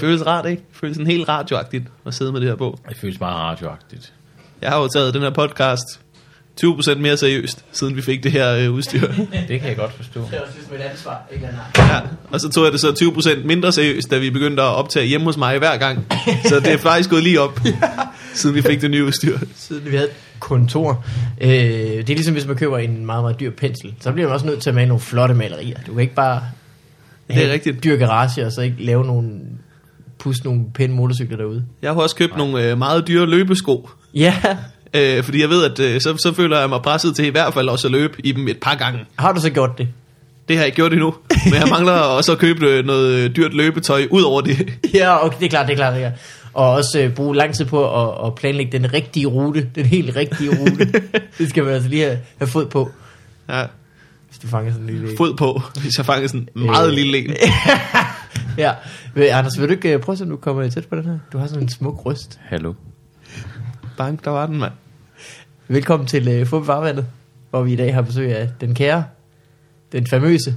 føles rart, ikke? Det føles sådan helt radioagtigt at sidde med det her på. Det føles meget radioagtigt. Jeg har jo taget den her podcast 20% mere seriøst, siden vi fik det her udstyr. Det kan jeg godt forstå. Det er også ligesom et ansvar, ikke? Ja, og så tog jeg det så 20% mindre seriøst, da vi begyndte at optage hjemme hos mig hver gang. Så det er faktisk gået lige op, siden vi fik det nye udstyr. Siden vi havde et kontor. Det er ligesom hvis man køber en meget, meget dyr pensel. Så bliver man også nødt til at have nogle flotte malerier. Du kan ikke bare Det er rigtigt. dyr garage, og så ikke lave puste nogle pæne motorcykler derude. Jeg har også købt nogle meget dyre løbesko. Ja. Fordi jeg ved, at så føler jeg mig presset til i hvert fald også at løbe i dem et par gange. Har du så gjort det? Det har jeg ikke gjort endnu. Men jeg mangler også at købe noget dyrt løbetøj ud over det. Ja, okay, det er klart. Og også bruge lang tid på at planlægge den rigtige rute. Den helt rigtige rute. Det skal man altså lige have fod på. Ja. Hvis du fanger sådan en lille... Fod på, hvis jeg fanger sådan en meget lille en. Ja. Anders, vil du ikke prøve, så du kommer tæt på den her? Du har sådan en smuk røst. Hallo. Bank, der var den, mand. Velkommen til Fup i Farvandet, hvor vi i dag har besøg af den kære, den famøse,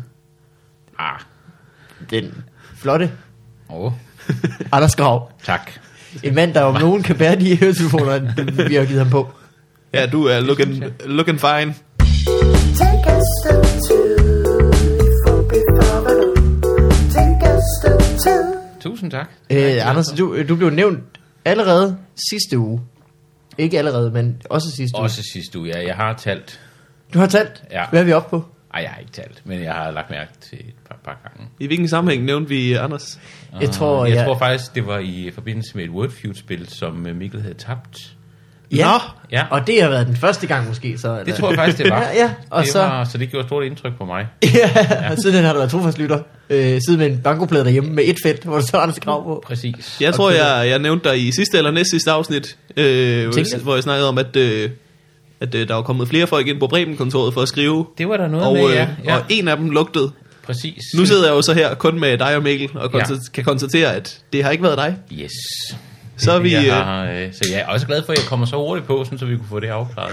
den flotte Anders Grav. Tak. En mand, der om nogen kan bære de høretelefoner, vi har givet ham på. Ja, du er looking fine. Take a step two, Fup i Farvandet. Take a step two. Tusind tak. Anders, du blev nævnt allerede sidste uge. Ikke allerede, men også sidste uge. Også sidste uge, ja. Jeg har talt. Du har talt? Ja. Hvad er vi oppe på? Ej, jeg har ikke talt, men jeg har lagt mærke til et par gange. I hvilken sammenhæng nævnte vi Anders? Jeg tror faktisk, det var i forbindelse med et Wordfeud-spil, som Mikkel havde tabt. Ja. Ja. Og det har været den første gang måske. Så, Det tror jeg faktisk, det var. Ja. Og så det gjorde stort indtryk på mig. Ja, og siden har du været trofastlytter. Sidde med en bankoplade derhjemme med et felt, hvor der står Anders Grav på. Præcis. Jeg tror, jeg nævnte dig i sidste eller næst sidste afsnit, hvor jeg snakkede om, at der var kommet flere folk ind på Bremen-kontoret for at skrive. Det var der noget med, ja. Og en af dem lugtede. Præcis. Nu sidder jeg jo så her kun med dig og Mikkel, og kan konstatere, at det har ikke været dig. Yes. Så er vi... så jeg er også glad for, at jeg kommer så hurtigt på, så vi kunne få det afklaret.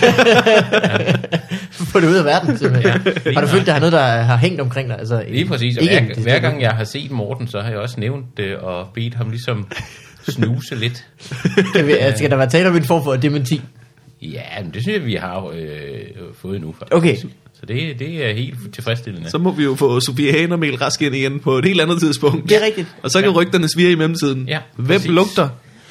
Få det ud af verden, simpelthen. Ja. Har du følt, at der er noget, der har hængt omkring dig? Altså, lige præcis. Hver gang jeg har set Morten, så har jeg også nævnt det og bedt ham ligesom snuse lidt. Skal der være tale om en form for dementi? Ja, men det synes jeg, vi har fået nu. Faktisk. Okay. Så det er helt tilfredsstillende. Så må vi jo få Sofie Hanermel rask ind igen på et helt andet tidspunkt. Det er rigtigt. Og så kan rygterne svire i mellemtiden. Ja, hvem lugter?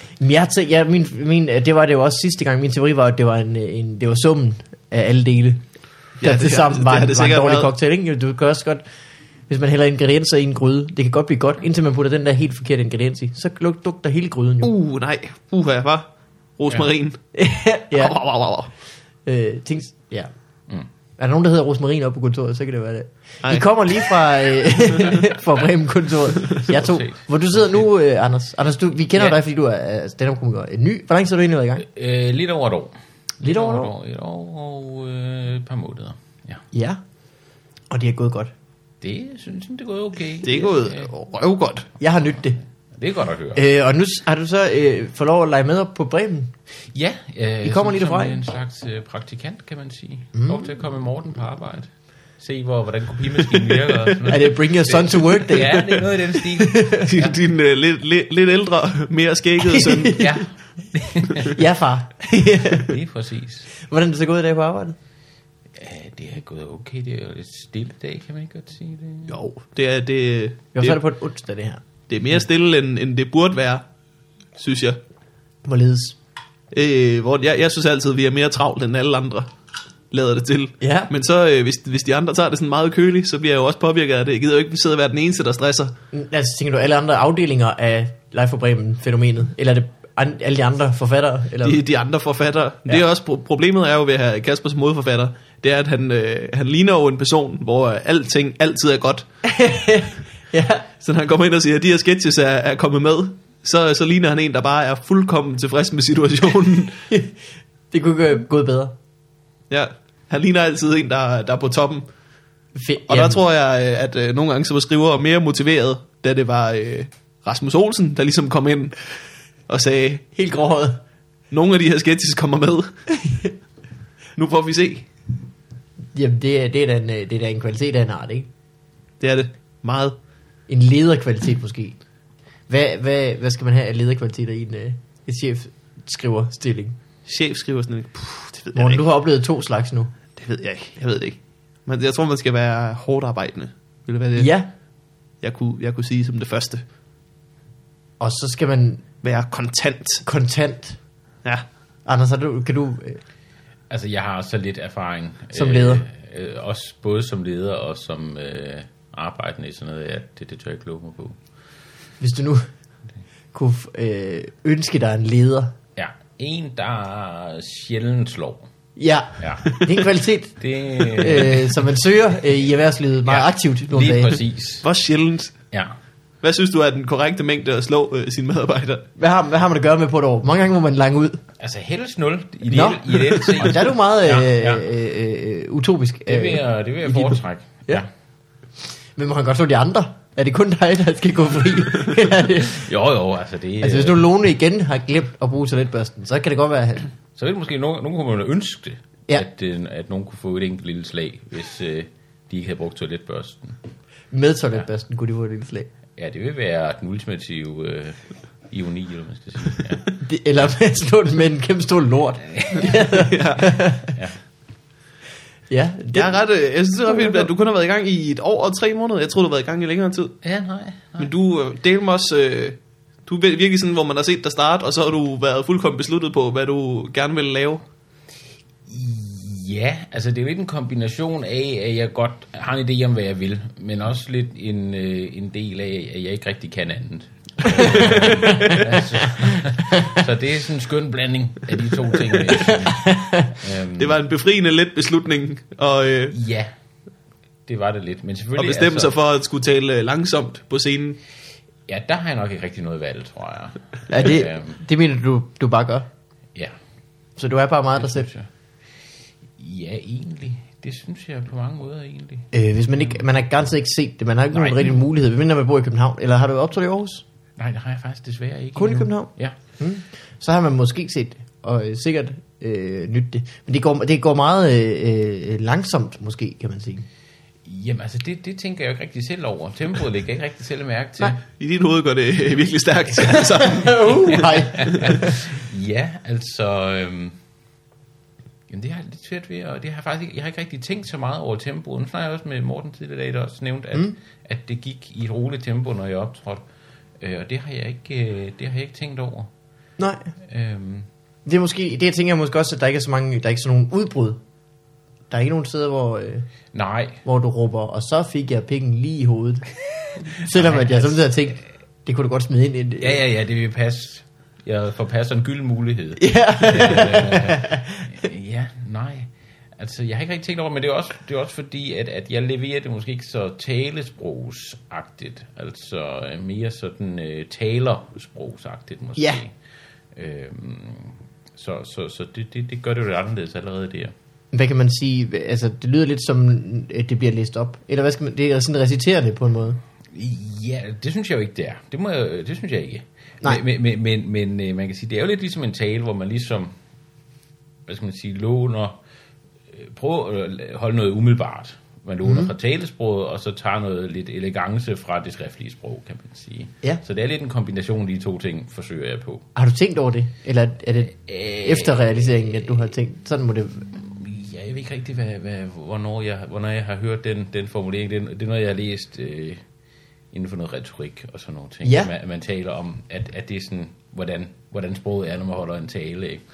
Det var det jo også sidste gang. Min teori var, at det var det var summen af alle dele. Der til sammen var en dårlig cocktail. Ikke? Du kan også godt, hvis man hælder ingredienser i en gryde, det kan godt blive godt, indtil man putter den der helt forkerte ingrediens i. Så lugter hele gryden jo. Nej. Var rosmarin. Ja. Ja. Er der nogen, der hedder rosmarin oppe på kontoret, så kan det være det. I kommer lige fra Bremen-kontoret. Jeg to. Hvor du sidder nu, Anders. Anders, vi kender dig, fordi du er stand-up-komiker. Ny. Hvor længe så du egentlig været i gang? Lidt over et år. Lidt over et år? Et år og et par måneder. Ja. Og det er gået godt. Det synes jeg, det er gået okay. Det er gået røvgodt. Jeg har nydt det. Det er godt at høre. Og nu har du så fået lov at lege med op på Bremen. Ja. I kommer lige derfra. En slags praktikant, kan man sige. Lov til at komme Morten på arbejde. Se, hvordan kopimaskinen virker. Og sådan er det bring your son to work day? Ja, det er noget i den stil. Ja. Din lidt ældre, mere skæggede søn. Ja. Ja, far. Lige præcis. Hvordan er det så gået i dag på arbejdet? Ja, det er gået okay. Det er jo lidt stille dag, kan man ikke godt sige det? Jo, det er det. Jeg var det på en onsdag, det her. Det er mere stille, end det burde være, synes jeg. Hvorledes? Hvor jeg synes altid, vi er mere travlt, end alle andre lader det til. Ja. Men så, hvis de andre tager det sådan meget køligt, så bliver jeg jo også påvirket af det. Jeg gider jo ikke sidde og være den eneste, der stresser. Altså, tænker du alle andre afdelinger af Live for Bremen-fænomenet? Eller er det alle de andre forfattere? Eller? De andre forfattere. Ja. Det er også problemet er jo ved at have Kasper som modforfatter. Det er, at han ligner jo en person, hvor alting altid er godt. Ja. Så når han kommer ind og siger, at de her sketches er kommet med, så ligner han en, der bare er fuldkommen tilfreds med situationen. Det kunne ikke gået bedre. Ja, han ligner altid en, der er på toppen. Og Jamen. der tror jeg, at nogle gange så var skriver mere motiveret, da det var Rasmus Olsen, der ligesom kom ind og sagde, helt gråhåret. nogle af de her sketches kommer med. Nu får vi se. Jamen, det er da en kvalitet af en art, ikke? Det er det. Meget. En lederkvalitet måske. Hvad skal man have af lederkvaliteter i en chefskriverstilling? Chefskriverstilling? Det ved jeg Morten, ikke. du har oplevet 2 slags nu. Det ved jeg ikke. Jeg ved det ikke. Men jeg tror, man skal være hårdt arbejdende. Vil det være det? Ja. Jeg kunne sige som det første. Og så skal man... Være kontant. Ja. Anders, kan du... Altså, jeg har så lidt erfaring. Som leder? Også både som leder og som arbejdende i sådan noget. Ja, det tør jeg ikke love mig på. Hvis du nu kunne ønske dig en leder. Ja, en, der sjældent slår. Ja. Det er en kvalitet, som man søger i erhvervslivet meget aktivt nogle lige dage. præcis. Hvor sjældent. Ja. Hvad synes du er den korrekte mængde at slå sine medarbejdere? Hvad har man at gøre med på et år? Mange gange må man lange ud. Altså helst 0, ideelt set. Og der er du meget utopisk. Det vil jeg foretrække. Ja. Men må han godt slå de andre? Er det kun dig, der skal gå fri? Jo, altså det... Altså hvis nu Lone igen har glemt at bruge toiletbørsten, så kan det godt være... Så er det måske nogen kunne man ønske det, ja. at nogen kunne få et enkelt lille slag, hvis de ikke havde brugt toiletbørsten. Med toiletbørsten kunne de få et lille slag. Ja, det vil være den ultimative ironi, eller man skal sige. Ja. Eller slå den med en kæmpe stor lort. Ja, jeg synes det er ret vildt, at du kun har været i gang i 1 år og 3 måneder. Jeg tror du har været i gang i længere tid. Ja, nej. Men du deler mig også... Du er virkelig sådan, hvor man har set dig starte, og så har du været fuldkommen besluttet på, hvad du gerne vil lave. Ja, altså det er jo lidt en kombination af, at jeg godt har en idé om, hvad jeg vil, men også lidt en del af, at jeg ikke rigtig kan andet. Så det er sådan en skøn blanding af de 2 ting. Det var en befriende let beslutning. Og, ja, det var det lidt. Men selvfølgelig, og bestemme sig for at skulle tale langsomt på scenen. Ja, der har jeg nok ikke rigtig noget valg, tror jeg. Ja, det mener du bare gør? Ja. Så du er bare meget dig selv? Ja, egentlig. Det synes jeg på mange måder egentlig. Hvis man har garanteret ikke set det, man har ikke nogen rigtig mulighed, medmindre man bor i København. Eller har du optrådt i Aarhus? Nej, det har jeg faktisk desværre ikke. Kun i København? Ja. Så har man måske set det, og sikkert nyt det. Men det går meget langsomt, måske, kan man sige. Jamen, altså, det tænker jeg jo ikke rigtig selv over. Tempoet ligger ikke rigtig selv mærke til. Nej, i dit hoved går det virkelig stærkt. Nej. Ja, altså... Jamen, det har jeg lidt svært ved, og det har jeg har ikke rigtig tænkt så meget over tempoet. Nu snakker jeg også med Morten tidligere i dag, der også nævnt, at det gik i et roligt tempo, når jeg optrådte. Og det har jeg ikke tænkt over. Nej. Det er måske, det jeg tænker måske også, at der ikke er så mange, der er ikke sådan nogle udbrud. Der er ikke nogen steder, hvor du råber, og så fik jeg pikken lige i hovedet. Selvom at jeg samtidig har tænkt, det kunne du godt smide ind i det. Ja, det vil passe. Jeg forpasser en gylden mulighed. Ja, nej. Altså, jeg har ikke rigtig tænkt over, men det er også fordi, at jeg leverer det måske ikke så talesprogsagtigt. Altså mere sådan talersprogsagtigt måske. Ja. Så det gør det jo lidt anderledes allerede der. Hvad kan man sige? Altså, det lyder lidt som, at det bliver læst op. Eller hvad skal man, det er sådan reciterende på en måde. Ja, det synes jeg jo ikke, det er. Det synes jeg ikke. Nej. Men man kan sige, det er jo lidt ligesom en tale, hvor man ligesom, hvad skal man sige, prøver at holde noget umiddelbart. Man låner fra talesproget, og så tager noget lidt elegance fra det skriftlige sprog, kan man sige. Ja. Så det er lidt en kombination af de 2 ting, forsøger jeg på. Har du tænkt over det? Eller er det efter realiseringen, at du har tænkt, sådan må det... Ja, jeg ved ikke rigtig, hvornår jeg har hørt den formulering. Det er noget, jeg har læst inden for noget retorik og sådan nogle ting. Ja. Man taler om, at det er sådan, hvordan sproget er, når man holder en tale, ikke?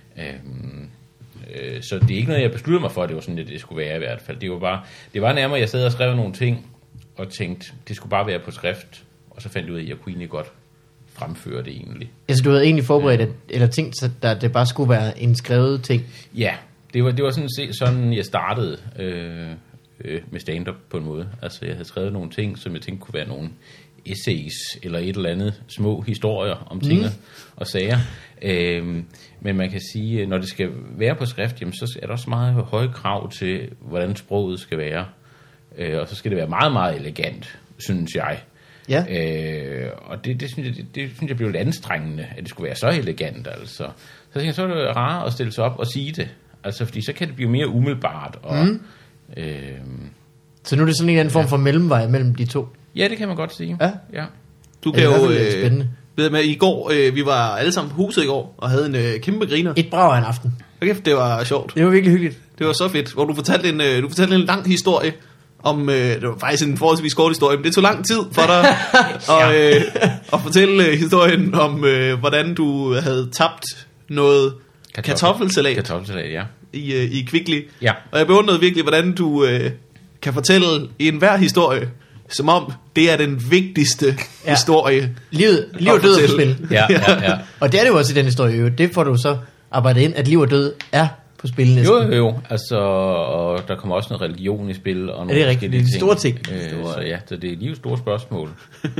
Så det er ikke noget, jeg besluttede mig for, det var sådan, at det skulle være i hvert fald. Det var nærmere, jeg sad og skrev nogle ting, og tænkte, det skulle bare være på skrift, og så fandt jeg ud af, at jeg kunne egentlig godt fremføre det egentlig. Altså du havde egentlig forberedt, eller tænkt, at det bare skulle være en skrevet ting? Ja, det var sådan jeg startede med stand-up på en måde. Altså jeg havde skrevet nogle ting, som jeg tænkte kunne være nogle essays, eller et eller andet små historier om ting og sager. Men man kan sige, når det skal være på skrift, jamen, så er der også meget høje krav til, hvordan sproget skal være. Og så skal det være meget, meget elegant, synes jeg. Ja. Og det synes jeg blev lidt anstrengende, at det skulle være så elegant. Altså. Så tænkte jeg, så er det rart at stille sig op og sige det. Altså, fordi så kan det blive mere umiddelbart. Og, så nu er det sådan en anden form for mellemvej mellem de 2? Ja, det kan man godt sige. Ja. Du kan jo... Ved med, i går, vi var alle sammen på huset i går, og havde en kæmpe griner. Et brag af en aften. Okay, det var sjovt. Det var virkelig hyggeligt. Det var så fedt, hvor du fortalte en lang historie om, det var faktisk en forholdsvis kort historie, men det tog lang tid for dig at fortælle historien om, hvordan du havde tabt noget kartoffelsalat. Kartoffelsalat, ja. I Kvickly. Ja. Og jeg beundrede virkelig, hvordan du kan fortælle i enhver historie, som om det er den vigtigste historie. Liv og død er på spil. Ja. Og det er det jo også i den historie. Det får du så arbejdet ind, at liv og død er på spil næsten. Jo. Altså, og der kommer også noget religion i spil. Og det er rigtigt. Det er store ting. Så det er livs store spørgsmål.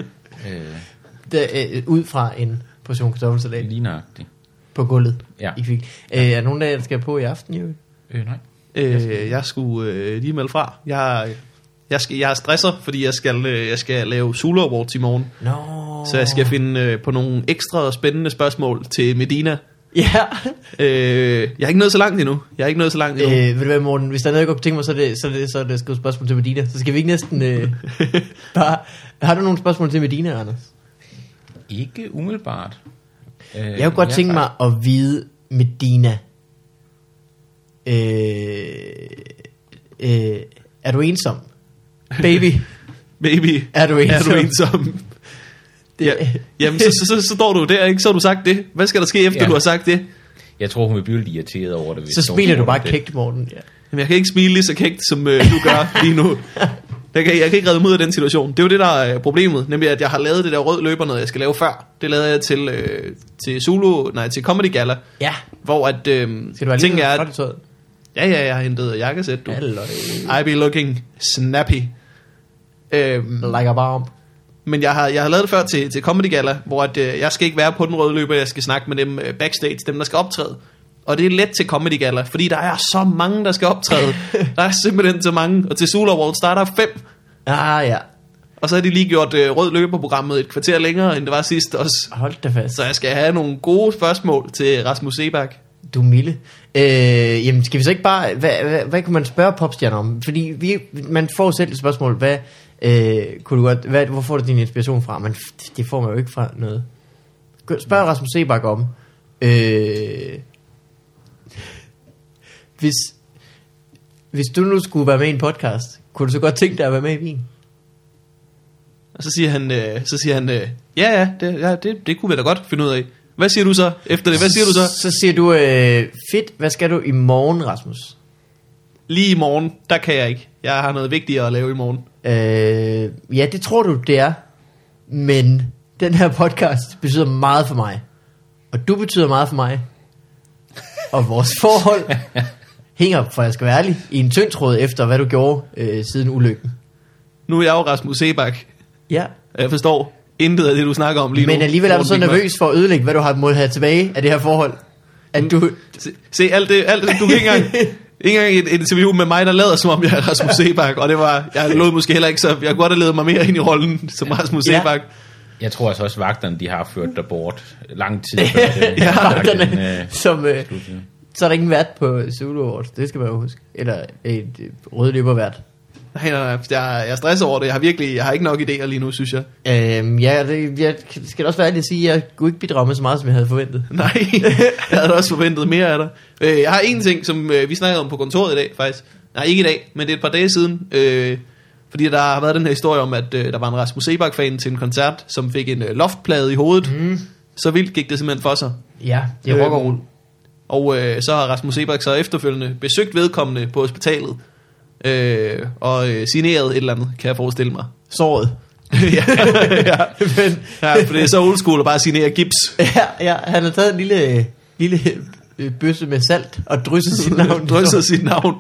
Ud fra en portion kartoffelsalat. Lige nøjagtigt. På gulvet. Ja. Er der nogen af jer, der skal på i aften, jo? Nej. Jeg skulle lige melde fra. Jeg er stresser, fordi jeg skal lave Zulu Awards i morgen. Så jeg skal finde på nogle ekstra spændende spørgsmål til Medina. Ja. Jeg har ikke nået så langt endnu. Ved du hvad, Morten? Hvis der er noget, jeg godt kunne tænke mig, så er det skrive spørgsmål til Medina. Så skal vi ikke næsten bare... Har du nogle spørgsmål til Medina, Anders? Ikke umiddelbart. Jeg kunne godt tænke mig at vide Medina. Er du ensom? Baby, er du ensom? Ja. Jamen, så står du der, ikke? Så har du sagt det. Hvad skal der ske, efter du har sagt det? Jeg tror, hun vil blive lidt irriteret over det. Så smiler du bare kægt, Morten. Ja. Jamen, jeg kan ikke smile lige så kægt, som du gør lige nu. Jeg kan ikke redde mig ud af den situation. Det er jo det, der er problemet. Nemlig, at jeg har lavet det der rød løber, noget jeg skal lave før. Det lavede jeg til Comedy Gala. Ja. Hvor at skal du ting er... Ja, jeg har hentet jakkesæt, du. I be looking snappy. Like a bomb. Men jeg har lavet det før til Comedy Gala, hvor at, jeg skal ikke være på den røde løber, jeg skal snakke med dem backstage, dem der skal optræde. Og det er let til Comedy Gala, fordi der er så mange, der skal optræde. Der er simpelthen så mange. Og til Zulu Awards, der er der 5. Ja. Og så har de lige gjort rød løber-programmet et kvarter længere, end det var sidst også. Hold da fast. Så jeg skal have nogle gode spørgsmål til Rasmus Seebach. Du milde. Jamen, skal vi så ikke bare... Hvad kunne man spørge popstjerner om? Fordi man får selv et spørgsmål. Hvor får du din inspiration fra? Men det får man jo ikke fra noget. Spørg Rasmus Seebach om... Hvis du nu skulle være med i en podcast, kunne du så godt tænke dig at være med i Wien? Og så siger han, det kunne vi da godt finde ud af. Hvad siger du så efter det? Så siger du, fedt, hvad skal du i morgen, Rasmus? Lige i morgen, der kan jeg ikke. Jeg har noget vigtigere at lave i morgen. Ja, det tror du, det er. Men den her podcast betyder meget for mig. Og du betyder meget for mig. Og vores forhold hænger, for jeg skal være ærlig, i en tynd tråd efter, hvad du gjorde siden ulykken. Nu er jeg jo Rasmus Seebach. Ja. Jeg forstår intet af det, du snakker om lige nu. Men alligevel er du så nervøs for at ødelægge, hvad du har måttet have tilbage af det her forhold. At du... Se alt det, du kan ikke engang et interview med mig, der lader som om jeg er Rasmus Seebach. Og det var, jeg lod måske heller ikke, så jeg kunne godt have ledet mig mere ind i rollen som Rasmus Seebach. Jeg tror altså også, vagterne, de har ført dig bort lang tid før vagterne, så er der ingen vært på Zulu Awards. Det skal man jo huske. Eller et rødløbervært. Nej, jeg er stresset over det. Jeg har ikke nok idéer lige nu, synes jeg. Jeg skal også være ærlig at sige, at jeg kunne ikke bidrage med så meget, som jeg havde forventet. Nej, jeg havde også forventet mere af dig. Jeg har en ting, som vi snakkede om på kontoret i dag, faktisk. Nej, ikke i dag, men det er et par dage siden. Fordi der har været den her historie om, at der var en Rasmus Seebach-fan til en koncert, som fik en loftplade i hovedet. Så vildt gik det simpelthen for sig. Ja, det er rock og roll. Og så har Rasmus Seebach så efterfølgende besøgt vedkommende på hospitalet. Og signeret et eller andet, kan jeg forestille mig. Såret. ja, for det er så old school at bare signere gips. Ja, han har taget en lille bøsse med salt og drysset sit navn.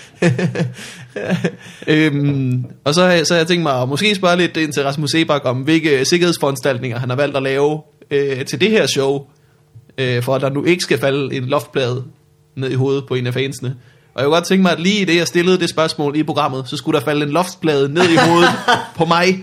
Og så har jeg tænkt mig at måske spørge lidt ind til Rasmus Seebach om, hvilke sikkerhedsforanstaltninger han har valgt at lave til det her show, for at der nu ikke skal falde en loftplade ned i hovedet på en af fansene. Og jeg kunne godt tænke mig, at lige i det, jeg stillede det spørgsmål i programmet, så skulle der falde en loftplade ned i hovedet på mig.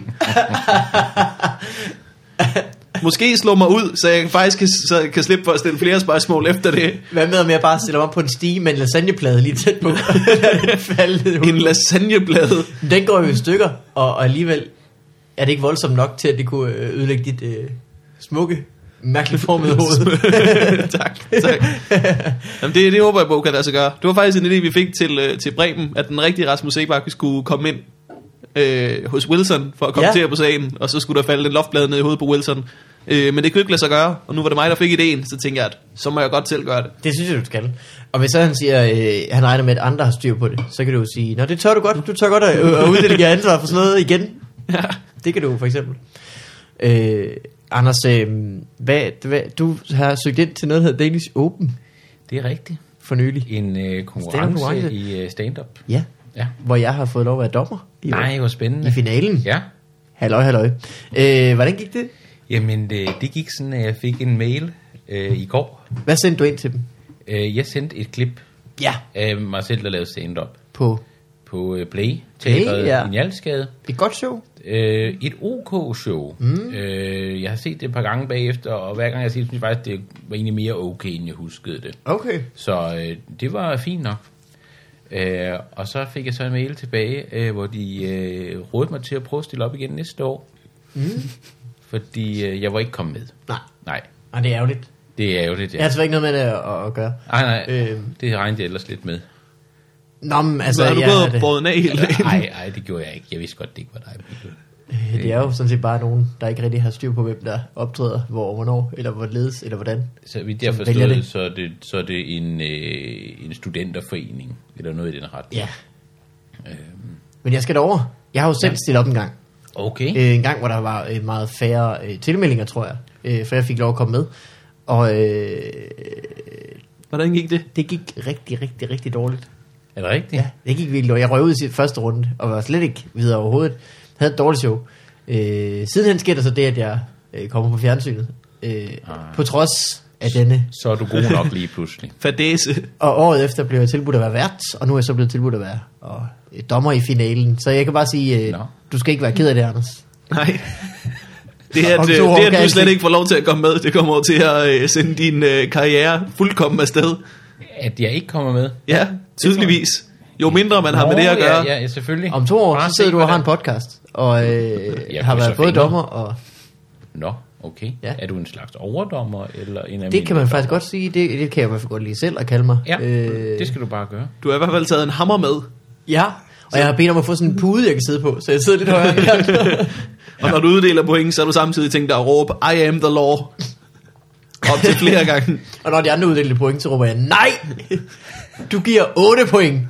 Måske slå mig ud, så jeg faktisk kan slippe for at stille flere spørgsmål efter det. Hvad med, om jeg bare stiller mig på en stige med en lasagneplade lige tæt på? En lasagneplade? Den går jo i stykker, og alligevel... Er det ikke voldsomt nok til, at det kunne ødelægge dit smukke, mærkeligt formede hoved? tak. Jamen det håber jeg på, kan det altså gøre. Det var faktisk en idé, vi fik til Bremen, at den rigtige Rasmus Seebach skulle komme ind hos Wilson for at kommentere på sagen, og så skulle der falde en loftblad ned i hovedet på Wilson. Men det kunne ikke lade sig gøre, og nu var det mig, der fik idéen, så tænkte jeg, at så må jeg godt selv gøre det. Det synes jeg, du skal. Og hvis så han siger, han regner med, at andre har styr på det, så kan du jo sige, nå, det tør du godt. Du tør godt at uddelegere ansvar for sådan noget igen. Ja. Det kan du for eksempel. Anders, hvad, du har søgt ind til noget, der hedder Danish Open. Det er rigtigt. For nylig. En konkurrence i stand-up. Ja. Hvor jeg har fået lov at være dommer. Nej, hvor spændende. I finalen. Ja. Halløj. Hvordan gik det? Jamen, det gik sådan, at jeg fik en mail i går. Hvad sendte du ind til dem? Jeg sendte et klip af mig selv, der lavede stand-up. På Play, teateret i Njalsgade. Et godt show? Et OK show. Jeg har set det et par gange bagefter, og hver gang jeg har set det, synes jeg faktisk, det var egentlig mere okay, end jeg huskede det. Okay. Så det var fint nok. Og så fik jeg så en mail tilbage, hvor de rådede mig til at prøve at stille op igen næste år. Fordi jeg var ikke kommet med. Nej. Og det er ærgerligt. Det er ærgerligt, ja. Jeg har altså ikke noget med det at gøre. Nej. Det regnede jeg ellers lidt med. Nå, men altså... Så har du gået og båden af hele dagen? Nej, det gjorde jeg ikke. Jeg vidste godt, det ikke var dig. Det er jo sådan set bare nogen, der ikke rigtig har styr på, hvem der optræder, hvornår, eller hvorledes, eller hvordan. Så vidt jeg forstod, så er det en studenterforening, eller noget i den retning. Ja. Men jeg skal derover. Jeg har jo selv stillet op en gang. Okay. En gang, hvor der var meget færre tilmeldinger, tror jeg. For jeg fik lov at komme med. Og hvordan gik det? Det gik rigtig dårligt. Er det rigtigt? Ja, det gik virkelig dårligt. Jeg røg ud i første runde, og var slet ikke videre overhovedet. Jeg havde et dårligt show. Sidenhen skete der så det, at jeg kommer på fjernsynet. På trods af denne. Så er du god nok lige pludselig. Fadese. Og året efter blev jeg tilbudt at være vært, og nu er jeg så blevet tilbudt at være dommer i finalen. Så jeg kan bare sige, du skal ikke være ked af det, Anders. Nej. Det at du slet ikke får lov til at komme med, det kommer over til at sende din karriere fuldkommen afsted. At jeg ikke kommer med? Ja, tydeligvis. Jo mindre man har med det at gøre. Ja, selvfølgelig. Om 2 år, så sidder du og har en podcast, og har været både dommer og... Nå, okay. Ja. Er du en slags overdommer? Eller en det kan man faktisk godt sige. Det kan jeg i hvert fald godt lide selv at kalde mig. Ja, det skal du bare gøre. Du har i hvert fald taget en hammer med. Ja, og jeg har bedt om at få sådan en pude, jeg kan sidde på, så jeg sidder lidt højere. Og når du uddeler point, så har du samtidig tænkt dig at råbe, I am the law. Op til flere gange. Og når de andre uddeler point, så råber jeg, nej! Du giver 8 point.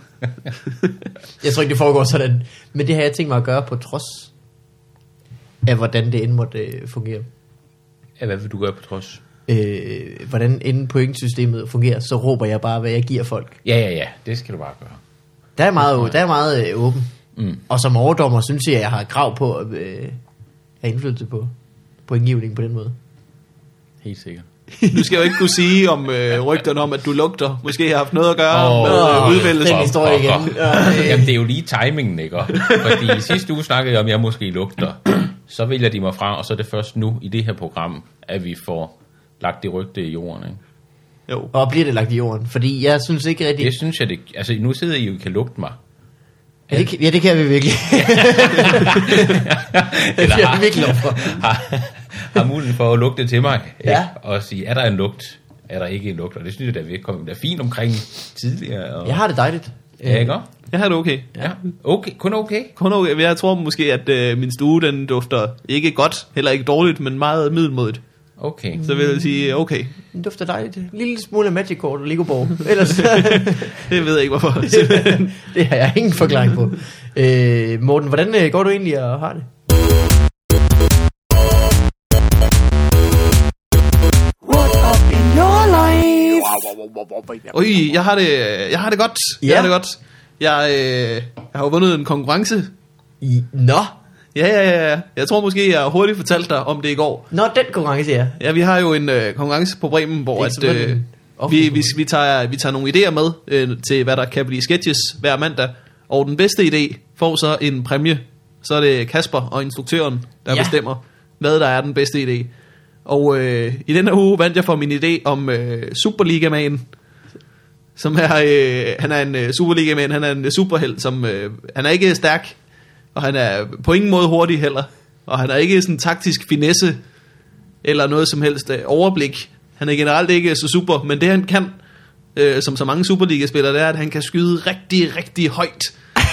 Jeg tror ikke, det foregår sådan. Men det har jeg tænkt mig at gøre på trods af, hvordan det end måtte fungere. Ja, hvad vil du gøre på trods? Hvordan end pointsystemet fungerer, så råber jeg bare, hvad jeg giver folk. Ja, det skal du bare gøre. Der er meget åben. Og som overdommer synes jeg har krav på at have indflydelse på pointgivningen på den måde. Helt sikkert. Du skal jo ikke kunne sige om rygterne om, at du lugter. Måske har haft noget at gøre med udvælgelsen. Den historie igen. Jamen, det er jo lige timingen, ikke? Fordi sidste uge snakkede jeg om, at jeg måske lugter. Så vælger de mig fra, og så er det først nu i det her program, at vi får lagt det rygte i jorden, ikke? Jo. Og bliver det lagt i jorden? Fordi jeg synes ikke rigtig... Det synes jeg, det... Altså, nu sidder I jo og kan lugte mig. Ja, det kan vi virkelig. Det har vi virkelig lov for. Har muligheden for at lugte til mig. Ja. Og sige, er der en lugt? Er der ikke en lugt? Og det synes jeg, der er fint omkring tidligere. Og... Jeg har det dejligt. Ja, ikke? Jeg har det okay. Ja. Okay. Kun okay? Kun okay. Jeg tror måske, at min stue, den dufter ikke godt, heller ikke dårligt, men meget middelmodigt. Okay. Så vil jeg sige, okay. Den dufter dejligt. En lille smule Magic Kort og Lego Borg. Ellers... det ved jeg ikke, hvorfor. Det har jeg ingen forklaring på. Morten, hvordan går du egentlig og har det? Jeg har det godt. Jeg har jo vundet en konkurrence. Nå. Ja. Jeg tror måske, jeg hurtigt fortalte dig om det i går. Nå, den konkurrence, ja. Ja, vi har jo en konkurrence på Bremen, hvor vi tager nogle idéer med til, hvad der kan blive sketches hver mandag. Og den bedste idé får så en præmie. Så er det Kasper og instruktøren, der bestemmer, hvad der er den bedste idé. Og i denne uge vandt jeg for min idé om Superliga-man, som er, han er en Superliga-man, han er en superhelt, som han er ikke stærk, og han er på ingen måde hurtig heller. og han har ikke sådan taktisk finesse, eller noget som helst overblik. Han er generelt ikke så super, men det han kan, som så mange Superliga-spillere, det er, at han kan skyde rigtig, rigtig højt.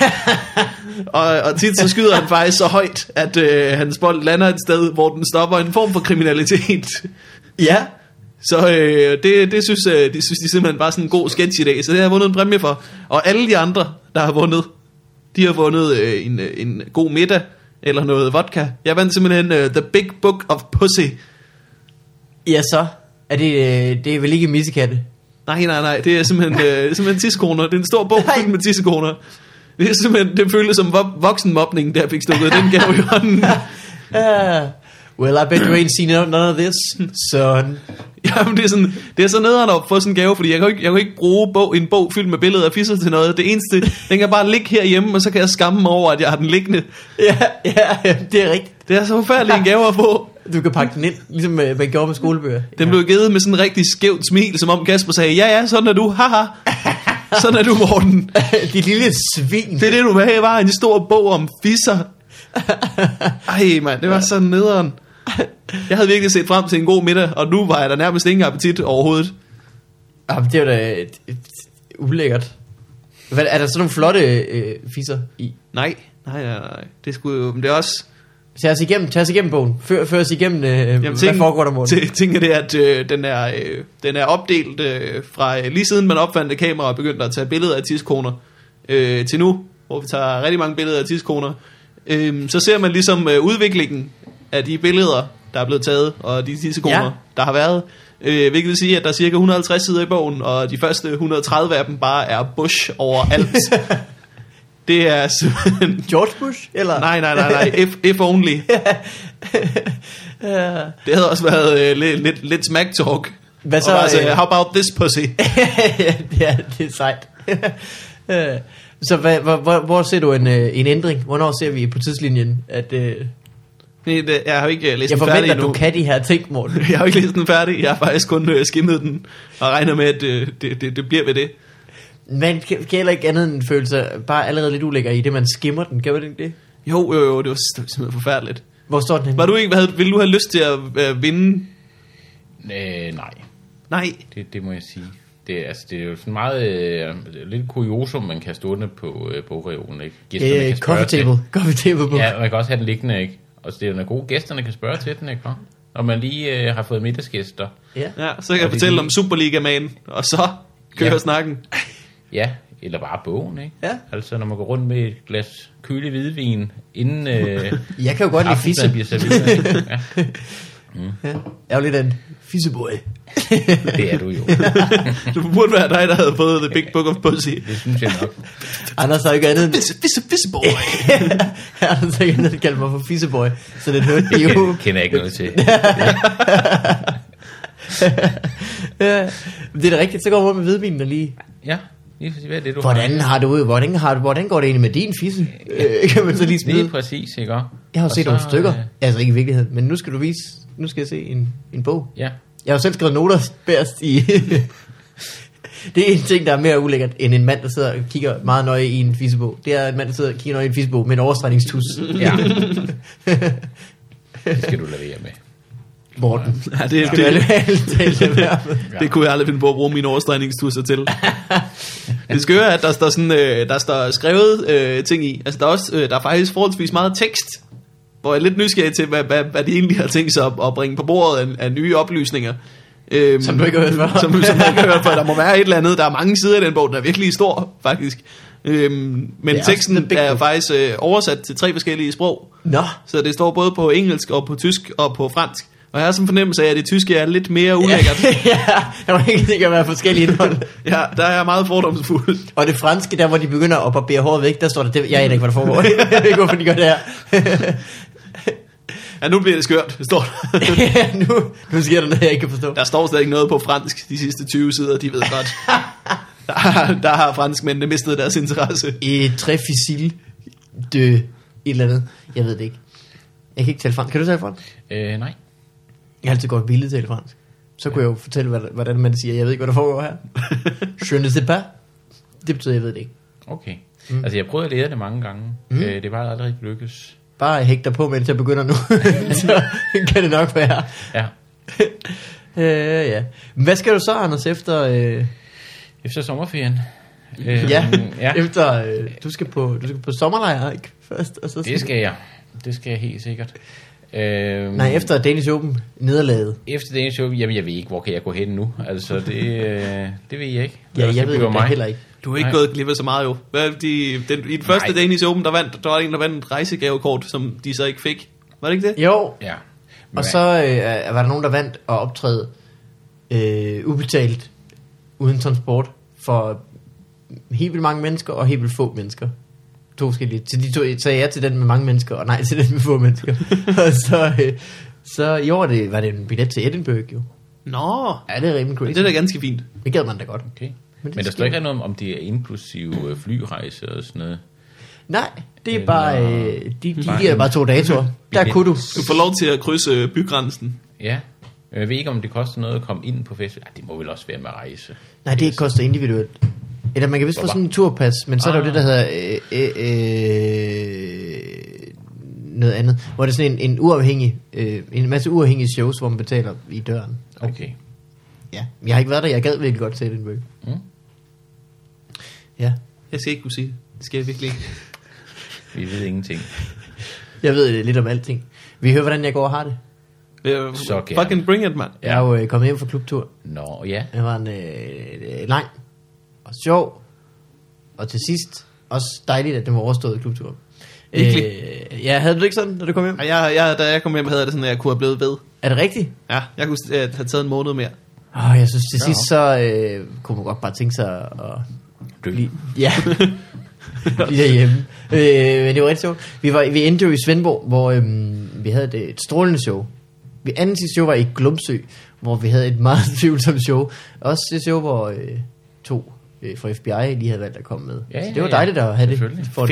og tit så skyder han faktisk så højt, at hans bold lander et sted, hvor den stopper en form for kriminalitet. Ja. Så det synes de simpelthen var sådan en god sketch i dag. Så det har jeg vundet en præmie for. Og alle de andre, der har vundet, de har vundet en god middag eller noget vodka. Jeg vandt simpelthen The Big Book of Pussy. Ja, så er det er vel ikke missekatte? Nej. Det er simpelthen tissekoner. Det er en stor bog fyldt med tissekoner. Det er simpelthen, det føles som voksenmobning, der fik stukket den gave i hånden. Well, I bet you ain't seen none of this, son. Jamen, det er så nederen at få sådan en gave, fordi jeg kan ikke bruge en bog fyldt med billeder af fisser til noget. Det eneste, den kan bare ligge herhjemme, og så kan jeg skamme mig over, at jeg har den liggende. Ja, det er rigtigt. Det er så forfærdeligt en gave at få. Du kan pakke den ind, ligesom man gjorde med skolebøger. Den blev givet med sådan en rigtig skævt smil, som om Kasper sagde, ja, sådan er du, haha. Sådan er du, Morten. Dit lille svin. Det er det, du vil have, var en stor bog om fisser. Ej, mand, det var så nederen. Jeg havde virkelig set frem til en god middag, og nu var jeg der nærmest ingen appetit overhovedet. Jamen, det var da ulækkert. Er der sådan nogle flotte fisser i? Nej. Det skulle jo, men det er også... Tag os igennem bogen. Før os igennem, hvad foregår der, Morten? Jeg tænker det, at den er opdelt fra lige siden man opfandt kamera og begyndte at tage billeder af tidskoner til nu, hvor vi tager rigtig mange billeder af tidskoner. Så ser man ligesom udviklingen af de billeder, der er blevet taget, og de tidskoner, der har været. Hvilket vil sige, at der er cirka 150 sider i bogen, og de første 130 af dem bare er Bush overalt. Det er simpelthen... George Bush? Eller? Nej. If only. Det havde også været lidt smack talk. Hvad så? Altså, how about this pussy? Ja, det er sejt. Så hvor ser du en ændring? Hvornår ser vi på tidslinjen, at... Jeg har ikke læst den færdig endnu. Jeg forventer, at du kan de her ting, Morten. Jeg har ikke læst den færdig. Jeg har faktisk kun skimmet den, og regner med, at det bliver ved det. Man kan heller ikke andet end føle sig bare allerede lidt ulækker i det, man skimmer den. Kan man ikke det? Jo, det var simpelthen forfærdeligt. Hvor står den henne? Var du ikke, ville du have lyst til at vinde? Nej. Det må jeg sige. Det er jo sådan meget lidt kuriosum, man kan stående på bogreolen, ikke? Gæsterne kan spørge coffee table book. Ja, man kan også have den liggende, ikke? Og det er jo gode gæsterne kan spørge til den, ikke? Og man lige har fået middagsgæster. Ja, så kan jeg fortælle om Superliga-man, og så kører snakken. Ja, eller bare bogen, ikke? Ja. Altså, når man går rundt med et glas kølig hvidvin, inden jeg kan jo godt lide fisse. Bliver serveret, ja. Ja. Jeg er jo lidt en fisseboy. Det er du jo. Du burde være dig, der havde fået The Big Book of Pussy. Det synes jeg nok. Anders har ikke andet Fisseboy. Anders har ikke andet at kalde mig for fisseboy. Så det hørte vi jo. Det kender jeg ikke noget til. Ja. Det er da rigtigt. Så går man med hvidvinen og lige... Ja. Hvad er det, du hvordan går det egentlig med din fisse? Kan man så lige smide? Det er præcis, ikke? Jeg har jo set nogle stykker. Altså ikke i virkeligheden, men nu skal jeg se en bog. Ja. Jeg har jo selv skrevet noter bærest i... Det er en ting, der er mere ulækkert end en mand, der sidder og kigger meget nøje i en fissebog. Det er en mand, der sidder og kigger nøje i en fissebog med en overstrækningstus. Ja. Det skal du lade være med. Morten. Ja, det kunne jeg aldrig finde på at bruge mine overstrækningstusser til. Det skøre er, at der står skrevet ting i. Altså der er faktisk forholdsvis meget tekst, hvor jeg er lidt nysgerrig til, hvad de egentlig har tænkt sig at bringe på bordet af nye oplysninger. Som du ikke har hørt før. Som jeg ikke har hørt før. Der må være et eller andet. Der er mange sider i den bog, der er virkelig stor, faktisk. Men teksten er faktisk oversat til 3 forskellige sprog. Nå. Så det står både på engelsk og på tysk og på fransk. Og jeg har sådan en fornemmelse af, at det tyske er lidt mere ulækkert. Ja, jeg var ikke sikker at være forskellige indhold. Ja, der er meget fordomsfuld. Og det franske, der hvor de begynder at barbere håret væk, der står der, jeg aner ikke, hvad der foregår. Jeg ved ikke, hvorfor de gør det her. Ja, nu bliver det skørt, det står der. Ja, nu sker der noget, jeg ikke kan forstå. Der står stadig ikke noget på fransk de sidste 20 sider, de ved godt. Der har franskmændene mistet deres interesse. Et très difficile de et eller andet. Jeg ved det ikke. Jeg kan ikke tale fransk. Kan du tale fransk? Nej. Jeg har altid godt villet tale fransk. Så kunne jeg jo fortælle, hvordan man siger, jeg ved ikke, hvad der foregår her. Je ne sais pas. Det betyder, jeg ved det ikke. Okay. Altså, jeg prøvede at lære det mange gange. Det var aldrig lykkes. bare hæg dig på, mens jeg begynder nu. Så kan det nok være. Ja. Ja. Hvad skal du så, Anders, efter... Efter sommerferien. Ja, efter du skal på sommerlejr, ikke? Først, og så Det skal jeg helt sikkert. Nej, efter Danish Open nederlaget. Efter Danish Open, jamen jeg ved ikke, hvor kan jeg gå hen nu. Altså, det ved jeg ikke. Ja, jeg ved det heller ikke. Du har ikke gået glip af så meget jo. I den første Danish Open, der var en, der vandt et rejsegavekort, som de så ikke fik. Var det ikke det? Jo. Ja. Og så var der nogen, der vandt at optræde ubetalt, uden transport, for helt vildt mange mennesker og helt vildt få mennesker. To forskellige. Så de sagde ja til den med mange mennesker, og nej til den med få mennesker. Og så i år var det en billet til Edinburgh jo. Nå. Ja, det er rimelig crazy. Det er da ganske fint. Det gad man da godt. Okay. Men der står ikke noget om det er inklusive flyrejse og sådan noget. Nej, det er bare... de giver bare 2 datoer. Der kunne du. Du får lov til at krydse bygrænsen. Ja. Jeg ved ikke, om det koster noget at komme ind på festival. Det må vel også være med rejse. Nej, det koster individuelt. Eller man kan vist få sådan en turpas, men så er der jo det, der hedder noget andet. Hvor det er sådan en uafhængig, en masse uafhængige shows, hvor man betaler i døren. Okay. Ja, jeg har ikke været der. Jeg gad virkelig godt til Edinburgh. Ja. Jeg skal ikke kunne sige det. Det skal jeg virkelig ikke. Vi ved ingenting. Jeg ved lidt om alting. Vi hører, hvordan jeg går og har det. Så gerne. Fucking bring it, man. Jeg er jo kommet hjem fra klubtur. Nå, ja. Det var en lang og sjov, og til sidst også dejligt, at det var overstået klubtur. Ja, havde du det ikke sådan, da du kom hjem? Da jeg kom hjem, havde det sådan, at jeg kunne have blevet ved. Er det rigtigt? Ja, jeg kunne have taget en måned mere. Jeg synes til sidst, så kunne man godt bare tænke sig at blive derhjemme. Men det var rigtig sjovt. Vi endte jo i Svendborg, hvor vi havde et strålende show. Vi anden sidste show var i Glumsø, hvor vi havde et meget tvivlsomt show. Også det show, hvor to fra FBI lige havde valgt at komme med. Ja, så det var dejligt at have det.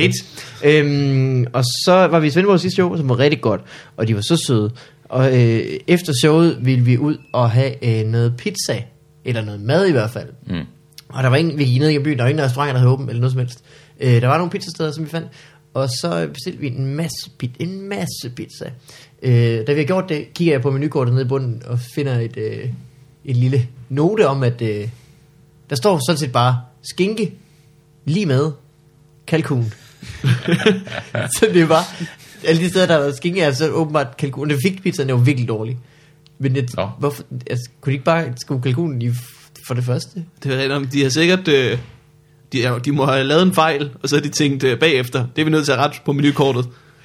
Fedt. Og så var vi i Svendborg sidste show, som var rigtig godt, og de var så søde. Og efter showet ville vi ud og have noget pizza, eller noget mad i hvert fald. Og der var ingen, vi gik ned i byen, der var ingen restauranter, der havde åbent, eller noget som helst. Der var nogle pizzasteder, som vi fandt, og så bestilte vi en masse pizza. Da vi har gjort det, kigger jeg på menukortet nede i bunden, og finder et lille note om, at der står sådan set bare skinke, lige med kalkun. Så det var alle de steder, der var skinke, altså åbenbart kalkun. Det fik pizzaen, det var virkelig dårligt. Men hvorfor, altså, kunne de ikke bare skue kalkunen i for det første? Det er rigtigt, de har sikkert... De må have lavet en fejl, og så har de tænkt bagefter, det er vi nødt til at rette på menukortet.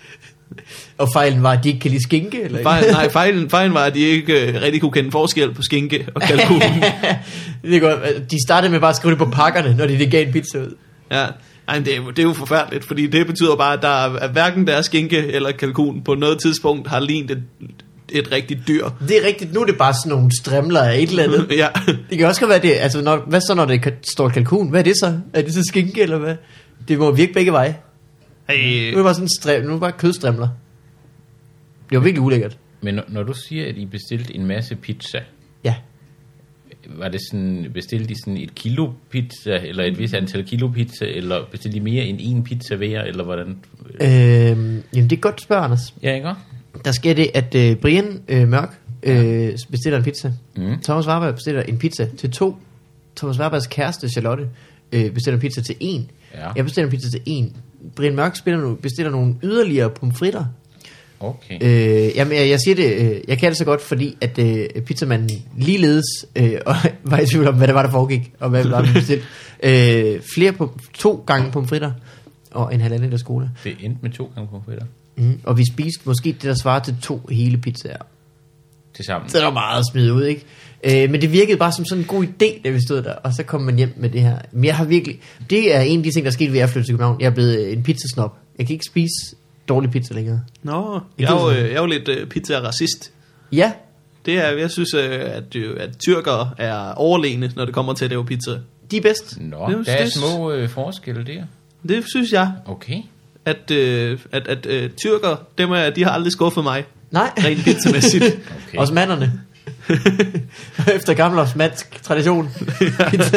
Og fejlen var, at de ikke kan lide skinke? Eller? Fejlen var, at de ikke rigtig kunne kende forskel på skinke og kalkun. Det er godt. De startede med bare at skrive det på pakkerne, når de gav en pizza ud. Ja, ej, det er jo forfærdeligt, fordi det betyder bare, at der er hverken deres skinke eller kalkun på noget tidspunkt har lignet et rigtigt dyr. Det er rigtigt. Nu er det bare sådan nogle strimler af et eller andet. Ja. Det kan også godt være det. Altså, hvad så, når det står kalkun? Hvad er det så? Er det så skinke, eller hvad? Det må virke begge veje. Hey. Nu er det bare sådan nu er det bare kødstrimler. Det var virkelig ulækkert. Men når du siger, at I bestilte en masse pizza, ja, var det sådan, bestilte de sådan et kilo pizza, eller et vis antal kilo pizza, eller bestilte de mere end en pizza hver, eller hvordan? Jamen det er godt, du spørger, Anders. Ja, ikke? Der sker det, at Brian Mørk bestiller en pizza. Thomas Warberg bestiller en pizza til 2. Thomas Warbergs kæreste, Charlotte, bestiller en pizza til 1. Ja. Jeg bestiller en pizza til 1. Brian Mørk bestiller nogle yderligere pomfritter. Okay. Jamen, jeg siger det, jeg kan det så godt, fordi at pizzamanden ligeledes og var i tvivl om, hvad det var, der foregik, og hvad der bestilt. 2 gange pomfritter og en 1,5 liter cola. Det endte med 2 gange pomfritter. Og vi spiste måske det, der svarer til 2 hele pizzaer. Til sammen. Så det var meget smidt ud, ikke? Men det virkede bare som sådan en god idé, da vi stod der, og så kom man hjem med det her. Men jeg har virkelig, det er en af de ting, der skete ved at flytte til København. Jeg er blevet en pizzasnob. Jeg kan ikke spise dårlig pizza længere. Nå, jeg er jo lidt pizza-racist. Ja. Det er, jeg synes, at tyrkere er overlegne, når det kommer til at lave pizza. De er bedst. Nå, der er små forskelle der. Det synes jeg. Okay. At tyrkere, de har aldrig skuffet mig. Nej. Rent pizzamæssigt. Okay. Også manderne. Efter gammelopsmandsk tradition.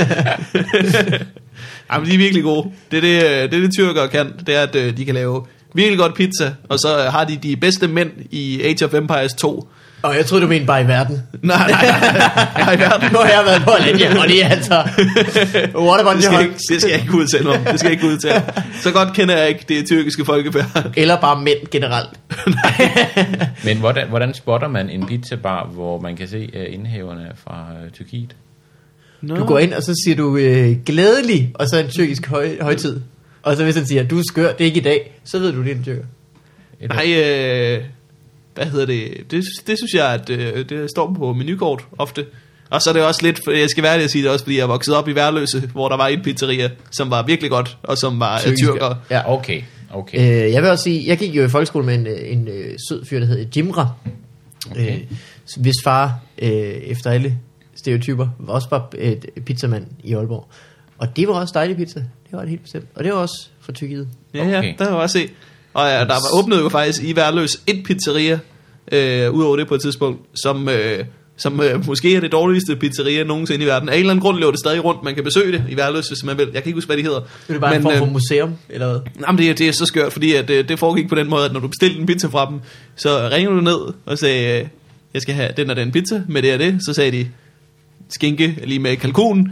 Jamen, de er virkelig gode. Det tyrkere kan, det er, at de kan lave virkelig godt pizza, og så har de bedste mænd i Age of Empires 2. Og jeg troede, du mente bare i verden. Nej, i verden. Nu har jeg været på Alanya, og det er altså... What about det skal jeg ikke udtale om. Det skal jeg ikke udtale. Så godt kender jeg ikke det tyrkiske folkefærd. Eller bare mænd generelt. Men hvordan spotter man en pizzabar, hvor man kan se indhaverne fra Tyrkiet? No. Du går ind, og så siger du glædelig, og så en tyrkisk højtid. Og så hvis han siger, du er skør, det er ikke i dag, så ved du, det er en tyrker. Nej, hvad hedder det? Det synes jeg, at det står på menukort ofte. Og så er det også lidt, jeg skal være det at sige det også, fordi jeg er vokset op i Værløse, hvor der var en pizzeria, som var virkelig godt, og som var tyrker. Ja, okay. Jeg vil også sige, jeg gik jo i folkeskole med en sød fyr, der hed Jimra. Okay. Hvis far, efter alle stereotyper, var også bare pizzamand i Aalborg. Og det var også dejlig pizza. Det var det helt bestemt. Og det var også fra Tyrkiet. Ja, der var også se. Og der var åbnet jo faktisk i Værløs et pizzeria, udover det på et tidspunkt, som måske er det dårligste pizzeria nogensinde i verden. Af en eller anden grund løber det stadig rundt. Man kan besøge det i Værløs, hvis man vil. Jeg kan ikke huske, hvad de hedder. Det er bare en form for museum, eller hvad? Jamen, det er så skørt, fordi at, det foregik på den måde, at når du bestilte en pizza fra dem, så ringer du ned og sagde, jeg skal have den og den pizza med det og det. Så sagde de, skinke lige med kalkun.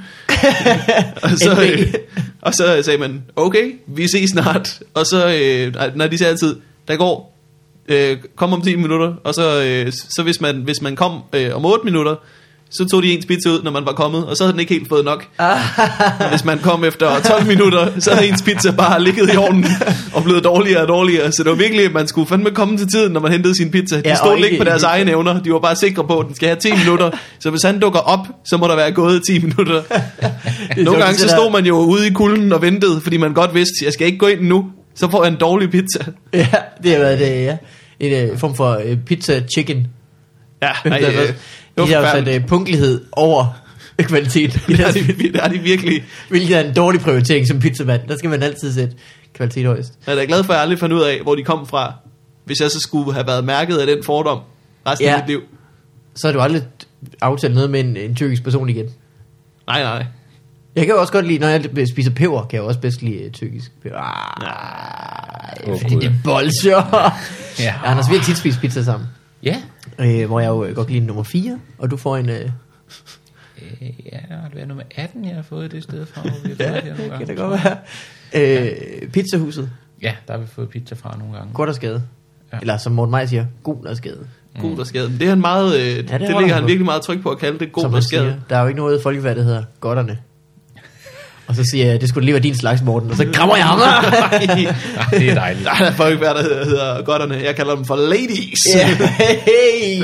og så sagde man, okay, vi ses snart. Og så, når de sagde altid, der går, kom om 10 minutter. Og så hvis man kom om 8 minutter, så tog de ens pizza ud, når man var kommet, og så havde den ikke helt fået nok. Hvis man kom efter 12 minutter, så havde ens pizza bare ligget i ovnen og blevet dårligere og dårligere. Så det var virkelig, at man skulle fandme komme til tiden, når man hentede sin pizza. De stod ikke på deres egne evner. De var bare sikre på, at den skal have 10 minutter. Så hvis han dukker op, så må der være gået 10 minutter. Nogle gange så stod man jo ude i kulden og ventede, fordi man godt vidste, jeg skal ikke gå ind nu, så får jeg en dårlig pizza. Ja, det har været det, ja. En form for pizza chicken. Ja, de har jo sat punktlighed over kvalitet. Det er de virkelig. Hvilket er en dårlig prioritering som pizzamand. Der skal man altid sætte kvalitet højst. Jeg er da glad for, at jeg aldrig fandt ud af, hvor de kom fra. Hvis jeg så skulle have været mærket af den fordom resten af mit liv. Så har du aldrig aftalt noget med en tyrkisk person igen. Nej. Jeg kan jo også godt lide, når jeg spiser peber, kan jeg også bedst lide tyrkisk peber. Fordi det er bolsjer. Ja. Anders, vi har tit spist pizza sammen. Ja. Hvor jeg jo godt lide nummer 4, og du får en... Ja, det er nummer 18, jeg har fået det sted fra. Kan det godt være. Pizzahuset. Ja, der har vi fået pizza fra nogle gange. Godt og skade. Ja. Eller som Morten Meier siger, god og skade. God og skade. Det er han meget... det ligger han virkelig meget tryk på at kalde det god og skade. Siger, der er jo ikke noget folkeværd, der hedder godterne. Og så siger jeg, det skulle lige være din slags, Morten. Og så krammer jeg ham. Det er dejligt. Der er folk, der hedder godterne. Jeg kalder dem for ladies. Hey.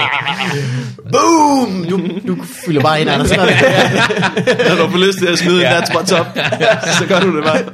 Boom! Du fylder bare ind, Anders. Når du får lyst til at smide en that's what's up, så gør du det bare.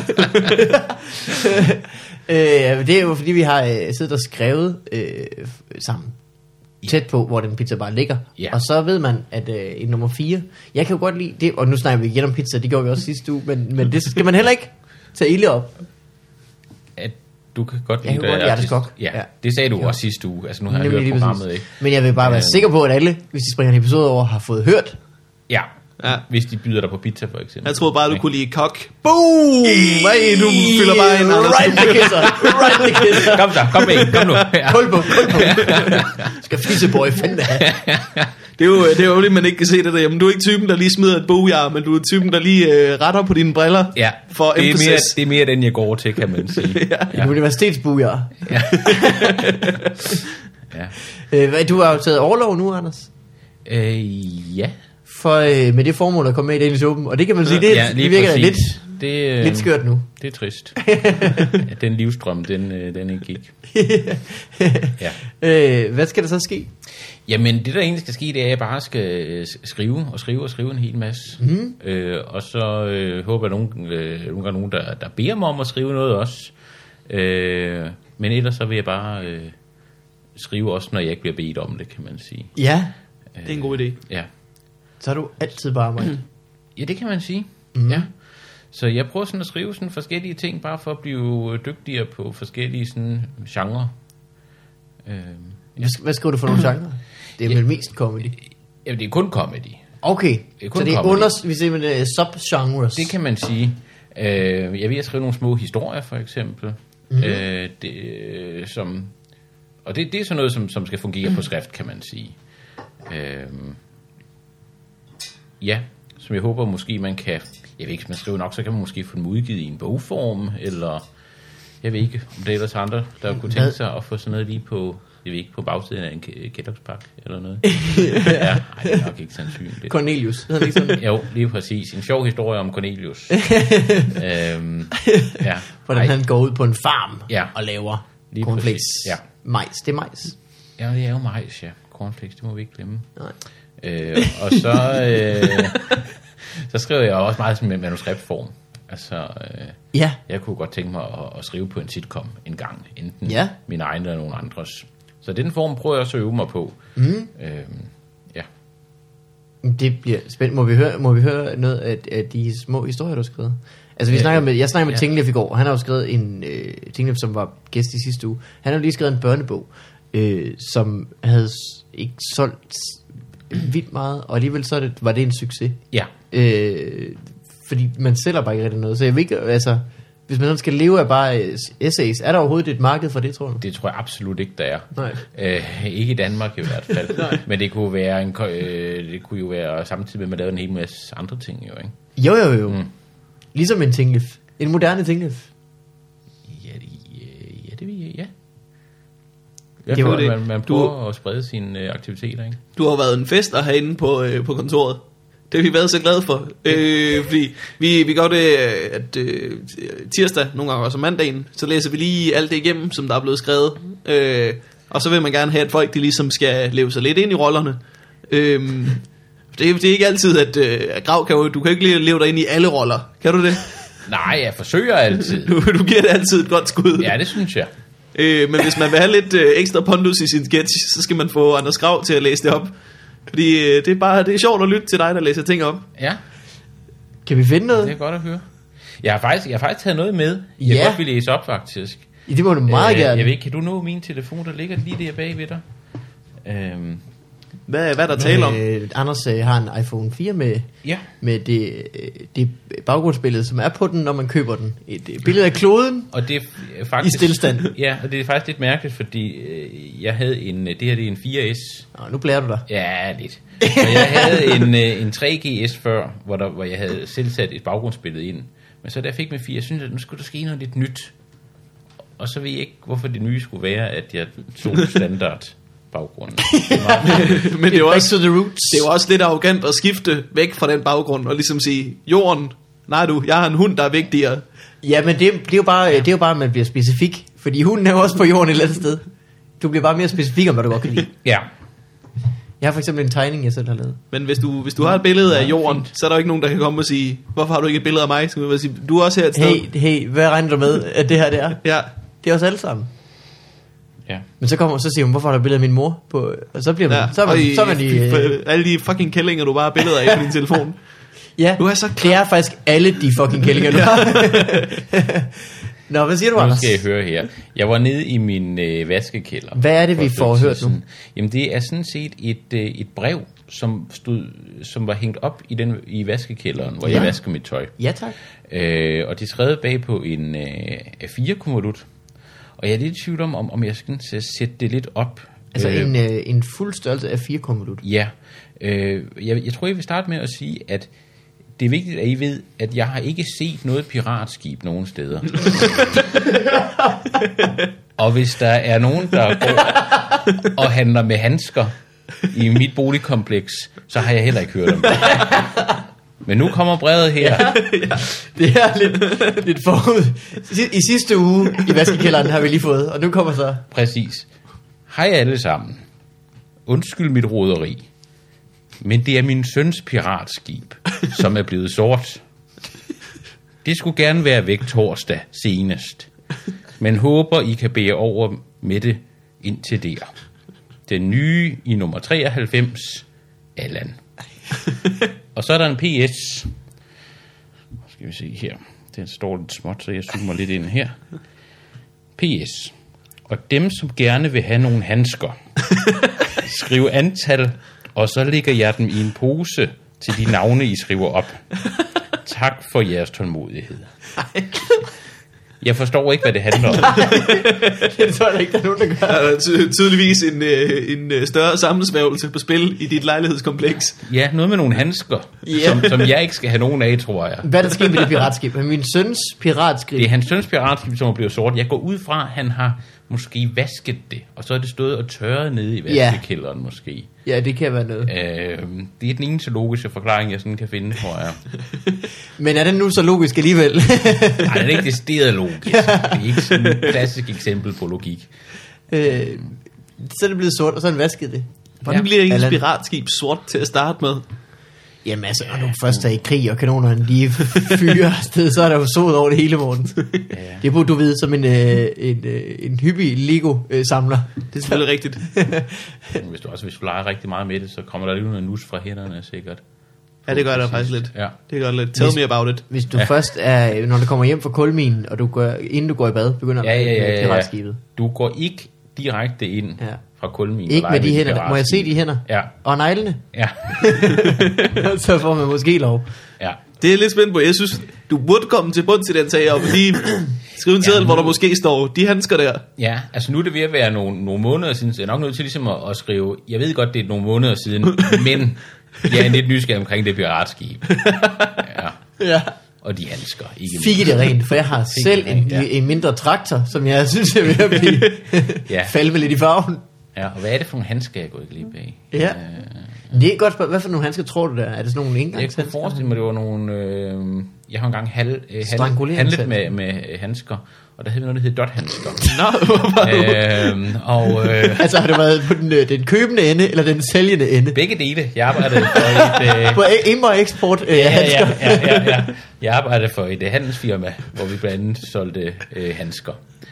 Det er jo fordi, vi har siddet og skrevet sammen. Tæt på, hvor den pizza bare ligger. Yeah. Og så ved man, at i nummer 4, jeg kan jo godt lide det, og nu snakker vi igen om pizza, det gjorde vi også sidste uge, men det skal man heller ikke tage ilde op. At du kan godt lide det. Jeg kan godt ja, det sagde du også sidste uge, altså nu har jeg hørt programmet, ikke? Men jeg vil bare være sikker på, at alle, hvis de springer en episode over, har fået hørt. Ja. Hvis de byder dig på pizza for eksempel. Jeg troede bare, du kunne lide kok. Boom! Nej, du fylder bare en Anders. Right the kisser. Kom så, kom med. Kom nu. Kul på. Skal fisseboy fandme have. Det er jo det, man ikke kan se det derhjemme. Du er ikke typen, der lige smider et bogjar, men du er typen, der lige retter på dine briller. Ja, for det er mere den, jeg går til, kan man sige. Ja. Universitetsbogjar. Ja. Du har jo taget overlov nu, Anders. Ja. For med det formål at komme med i Danish Open. Og det kan man sige, det virker lidt skørt nu. Det er trist. Den livsdrøm, den ikke gik. Ja. Hvad skal der så ske? Jamen det der egentlig skal ske, det er at jeg bare skal skrive en hel masse. Og så håber jeg nogle gange nogen der beder mig om at skrive noget også. Men ellers så vil jeg bare skrive også, når jeg ikke bliver bedt om det, kan man sige. Ja. Det er en god idé. Ja. Så er du altid bare mig. Ja, det kan man sige. Ja. Så jeg prøver sådan at skrive sådan forskellige ting, bare for at blive dygtigere på forskellige sådan genrer. Hvad skriver du for nogle genrer? Det er vel mest comedy. Jamen, det er kun comedy. Okay, det er kun så det er vi ser subgenres. Det kan man sige. Jeg vil skrive nogle små historier, for eksempel. Og det er sådan noget, som skal fungere på skrift, kan man sige. Ja, som jeg håber måske man kan... Jeg ved ikke, hvis man skriver nok, så kan man måske få dem udgivet i en bogform, eller... Jeg ved ikke, om det er ellers andre, der kunne tænke sig at få sådan noget lige på... Jeg ved ikke, på bagsiden af en Kellogg's-pakke, eller noget. Ja, ej, det er nok ikke sandsynligt. Cornelius, hedder det ikke sådan? Jo, lige præcis. En sjov historie om Cornelius. Ja. Hvordan han går ud på en farm og laver lige cornflakes. Ja. Majs, det er majs. Ja, det er jo majs, ja. Cornflakes, det må vi ikke glemme. Nej. Og så, så skrev jeg også meget som en manuskriptform. Altså, jeg kunne godt tænke mig at skrive på en sitcom en gang, enten min egen eller nogen andres. Så den form prøver jeg også at øve mig på. Ja. Det bliver spændt. Må vi høre noget af de små historier, du har skrevet? Altså, jeg snakker med Tinglef i går, og han har jo skrevet en... Tinglef, som var gæst i sidste uge, han har jo lige skrevet en børnebog, som havde ikke solgt vildt meget, og alligevel så var det en succes. Ja. Fordi man sælger bare ikke rigtig noget. Så jeg ved ikke, altså, hvis man skal leve af bare essays, er der overhovedet et marked for det, tror du? Det tror jeg absolut ikke, der er. Nej. Ikke i Danmark i hvert fald. Men det kunne være det kunne jo være samtidig med, at man lavede en hel masse andre ting, jo, ikke? Jo. Ligesom en Tinglef. En moderne Tinglef. Ja, det vil jeg, ja. Jeg føler, man prøver at sprede sine aktiviteter, ikke? Du har været en fest at have inde på kontoret. Det har vi været så glade for. Fordi vi gør det, at tirsdag, nogle gange også mandagen, så læser vi lige alt det igennem, som der er blevet skrevet. Og så vil man gerne have, at folk de ligesom skal leve sig lidt ind i rollerne. Det er ikke altid, at Grav, du kan ikke leve dig ind i alle roller. Kan du det? Nej, jeg forsøger altid. Du giver det altid et godt skud. Ja, det synes jeg. Men hvis man vil have lidt ekstra pondus i sin sketch, så skal man få Anders Grav til at læse det op. Fordi det er sjovt at lytte til dig, der læser ting op. Ja. Kan vi finde noget? Det er godt at høre. Jeg har faktisk taget noget med. Jeg godt vil læse op, faktisk. Ja, det må du meget gerne. Jeg ved ikke, kan du nå min telefon, der ligger lige der bag ved dig? Hvad er der tale om? Anders har en iPhone 4 med det baggrundsbillede, som er på den, når man køber den. Et billede af kloden og det er faktisk, i stillstand. Ja, og det er faktisk lidt mærkeligt, fordi jeg havde det her er en 4S. Nu blærer du dig. Ja, lidt. Og jeg havde en 3GS før, hvor jeg havde selv sat et baggrundsbillede ind. Men så da jeg fik med 4, jeg synes, at nu skulle der ske noget lidt nyt. Og så ved jeg ikke, hvorfor det nye skulle være, at jeg tog standard baggrunden. Men det er jo også lidt arrogant at skifte væk fra den baggrund og ligesom sige, jorden, nej du, jeg har en hund, der er vigtigere. Ja, men det er jo bare, at man bliver specifik, fordi hunden er jo også på jorden et eller andet sted. Du bliver bare mere specifik om, hvad du godt kan lide. Ja. Jeg har for eksempel en tegning, jeg selv har lavet. Men hvis du har et billede af jorden, så er der ikke nogen, der kan komme og sige, hvorfor har du ikke et billede af mig? Så du sige, du er også her et sted. Hey, hvad regner du med, at det her det er? Ja. Det er os alle sammen. Ja. Men så siger hun, hvorfor har du et billede af min mor på? Og så bliver man, så er man alle de fucking kællinger, du bare har billeder af på din telefon. Ja, du er så det er faktisk alle de fucking kællinger, du har. Nå, hvad siger du, Anders? Nu skal jeg høre her. Jeg var nede i min vaskekælder. Hvad er det, vi får hørt nu? Jamen, det er sådan set et brev, som var hængt op i vaskekælderen, hvor jeg vasker mit tøj. Ja, tak. Og det er skrevet bag på en A4-konvolut. Og jeg er lidt i tvivl om jeg skal sætte det lidt op. Altså en fuld størrelse af 4-konvolut? Ja. Jeg tror, jeg vil starte med at sige, at det er vigtigt, at I ved, at jeg har ikke set noget piratskib nogen steder. Og hvis der er nogen, der går og handler med handsker i mit boligkompleks, så har jeg heller ikke hørt om det. Men nu kommer brevet her. Ja. Det er lidt forud. I sidste uge i vaskekælderen har vi lige fået, og nu kommer så... Præcis. Hej alle sammen. Undskyld mit roderi. Men det er min søns piratskib, som er blevet sort. Det skulle gerne være væk torsdag senest. Men håber, I kan bære over med det indtil der. Den nye i nummer 93, Allan. Og så er der en PS. Skal vi se her. Den står lidt småt, så jeg zoomer lidt ind her. PS. Og dem, som gerne vil have nogle handsker, skriv antal, og så lægger jeg dem i en pose til de navne, I skriver op. Tak for jeres tålmodighed. Jeg forstår ikke, hvad det handler om. Det tror jeg ikke, der er nogen, der gør. Der er tydeligvis en større sammensværgelse på spil i dit lejlighedskompleks. Ja, noget med nogle handsker, som jeg ikke skal have nogen af, tror jeg. Hvad der sker med det piratskib? Min søns piratskib. Det er hans søns piratskib, som er blevet sort. Jeg går ud fra, at han har måske vasket det, og så er det stået og tørret nede i vaskekælderen måske. Ja, det kan være noget. Det er den eneste logiske forklaring, jeg sådan kan finde, tror jeg. Men er den nu så logisk alligevel? Nej, den er ikke decideret logisk. Det er ikke sådan et klassisk eksempel på logik. Så er det blevet sort, og så er han vasket det. Hvordan bliver ens piratskib sort til at starte med? Jamen altså, når du først er i krig, og kanonerne lige fyrer afsted, så er der jo sod over det hele, morgen. Det burde du vide som en hyppig Lego-samler. Det er selvfølgelig rigtigt. Hvis du leger rigtig meget med det, så kommer der lige noget nus fra hænderne, sikkert. Ja, det gør der faktisk lidt. Ja. Det gør lidt. Tell me about it. Hvis du først er, når du kommer hjem fra kulminen, og inden du går i bad, begynder med piratskibet. Du går ikke direkte ind fra kulminen. Ikke med de hænder. Må jeg se de hænder? Ja. Og neglene? Ja. Så får man måske lov. Ja. Det er lidt spændt på. Jeg synes, du burde komme til bunds i den sag, og lige skrive en seddel, hvor der måske står, de handsker der. Ja, altså nu er det ved at være nogle måneder siden, så jeg er nok nødt til ligesom at skrive, jeg ved godt, det er nogle måneder siden, men jeg er lidt nysgerrig omkring det piratskib. Ja. Og de handsker. Fik I det rent, for jeg har selv en mindre traktor, som jeg synes er ved at blive falde med lidt i farven. Ja, og hvad er det for nogle handsker, jeg går ikke lige bag? Ja. Det er godt spørgsmål. Hvad for nogle handsker tror du der? Er det sådan nogle engangshandsker? Jeg kunne forestille mig, det var nogle... jeg har engang handlet med handsker, og der hed noget, der hed dot-handsker. Altså har det været på den købende ende, eller den sælgende ende? Begge dele. Jeg arbejdede for et... på import og eksport handsker. Ja. Jeg arbejdede for et handelsfirma, hvor vi blandt andet solgte handsker.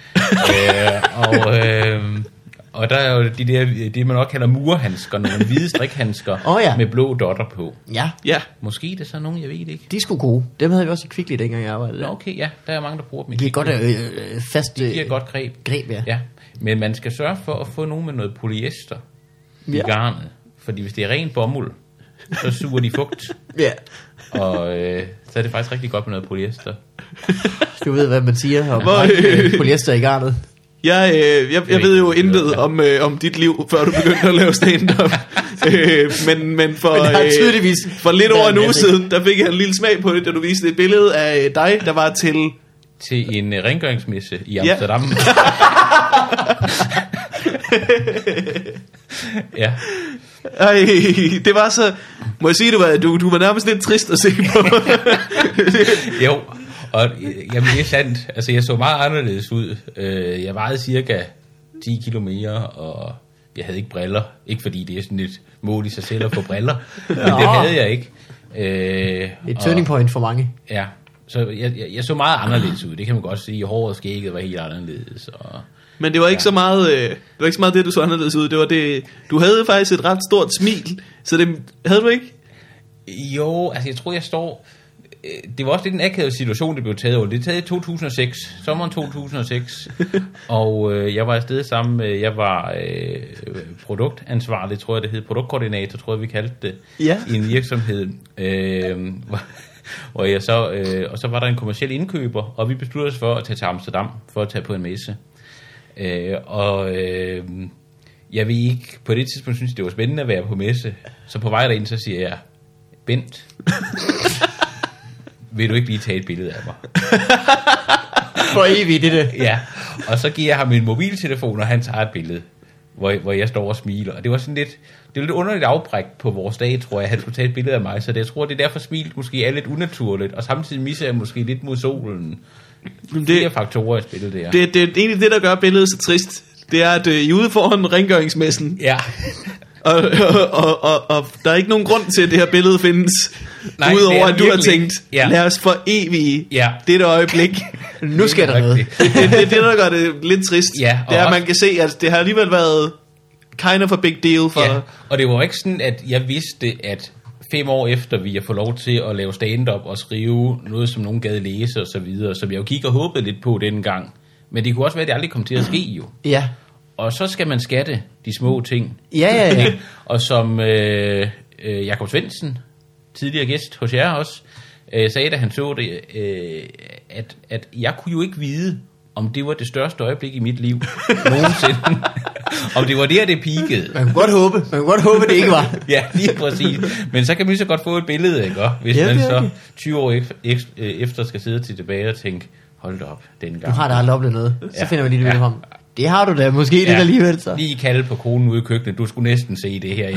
Og der er jo det man også kalder murhandsker, nogle hvide strikhandsker med blå dotter på. Ja. Måske det er så nogen, jeg ved det ikke. De er sgu gode. Dem havde vi også i Kvickly, dengang jeg arbejdede der. Okay, ja. Der er mange, der bruger dem i Kvickly. De er godt fast... De giver godt greb. Ja. Men man skal sørge for at få nogen med noget polyester i garnet. Fordi hvis det er ren bomuld, så suger de fugt. Ja. Og så er det faktisk rigtig godt med noget polyester. Du ved, hvad man siger om polyester i garnet. Jeg ved jo intet om dit liv, før du begyndte at lave stand-up. Men for lidt over en uge siden, der fik jeg en lille smag på det, da du viste et billede af dig, der var til en rengøringsmesse i Amsterdam. Ja. Ej, det var så... Må jeg sige, du var nærmest lidt trist at se på. Jo. Og jamen det er sandt. Altså jeg så meget anderledes ud. Jeg vejede cirka 10 kilo mere, og jeg havde ikke briller. Ikke fordi det er sådan et mål i sig selv at få briller, men det havde jeg ikke. Et turning point for mange. Ja, så jeg så meget anderledes ud. Det kan man godt sige. Håret og skægget var helt anderledes. Men det var ikke så meget, det var ikke så meget det, du så anderledes ud. Det var det, du havde faktisk et ret stort smil. Så det havde du ikke? Jo, altså jeg tror jeg står... Det var også lidt en akavet situation, det blev taget over. Det er taget i 2006, sommeren 2006, og jeg var afsted sammen med, jeg var produktansvarlig, tror jeg det hed, produktkoordinator, tror jeg vi kaldte det, i en virksomhed, og så var der en kommerciel indkøber, og vi besluttede os for at tage til Amsterdam, for at tage på en messe, jeg ved ikke, på det tidspunkt synes det var spændende at være på messe, så på vej derind, så siger jeg, Bent, vil du ikke lige tage et billede af mig? For evigt, det. Ja, og så giver jeg ham min mobiltelefon, og han tager et billede, hvor jeg står og smiler. Og det var sådan lidt underligt afbræk på vores dag, tror jeg, at han skulle tage et billede af mig. Så jeg tror, det er derfor smilet måske er lidt unaturligt, og samtidig misser jeg måske lidt mod solen. Det er faktorer i spillet der. Det er egentlig det, der gør billedet så trist. Det er, at I er ude foran rengøringsmessen. Ja. Og der er ikke nogen grund til, at det her billede findes. Udover at du har tænkt, lad os for evige dette øjeblik. Nu skal der noget. Det der gør det lidt trist. Ja, det er, at man kan se, at det har alligevel været kind of a big deal for... Ja, og det var ikke sådan, at jeg vidste, at 5 år efter vi har fået lov til at lave stand-up og skrive noget, som nogen gad læse og så videre, som jeg jo gik og håbede lidt på dengang. Men det kunne også være, at det aldrig kom til at ske jo. Ja. Og så skal man skatte de små ting. Ja. Og som Jakob Svendsen, tidligere gæst hos jer også, sagde, da han så det, at jeg kunne jo ikke vide, om det var det største øjeblik i mit liv nogensinde. Om det var der, det peakede. Man kunne godt håbe, det ikke var. Ja, lige præcis. Men så kan man lige så godt få et billede, ikke? Hvis man så 20 år efter skal sidde tilbage og tænke, hold da op, dengang. Du har da aldrig oplevet noget. Så finder man lige det billede frem. Det har du da måske det alligevel så. Lige kalde på konen ude i køkkenet. Du skulle næsten se det her.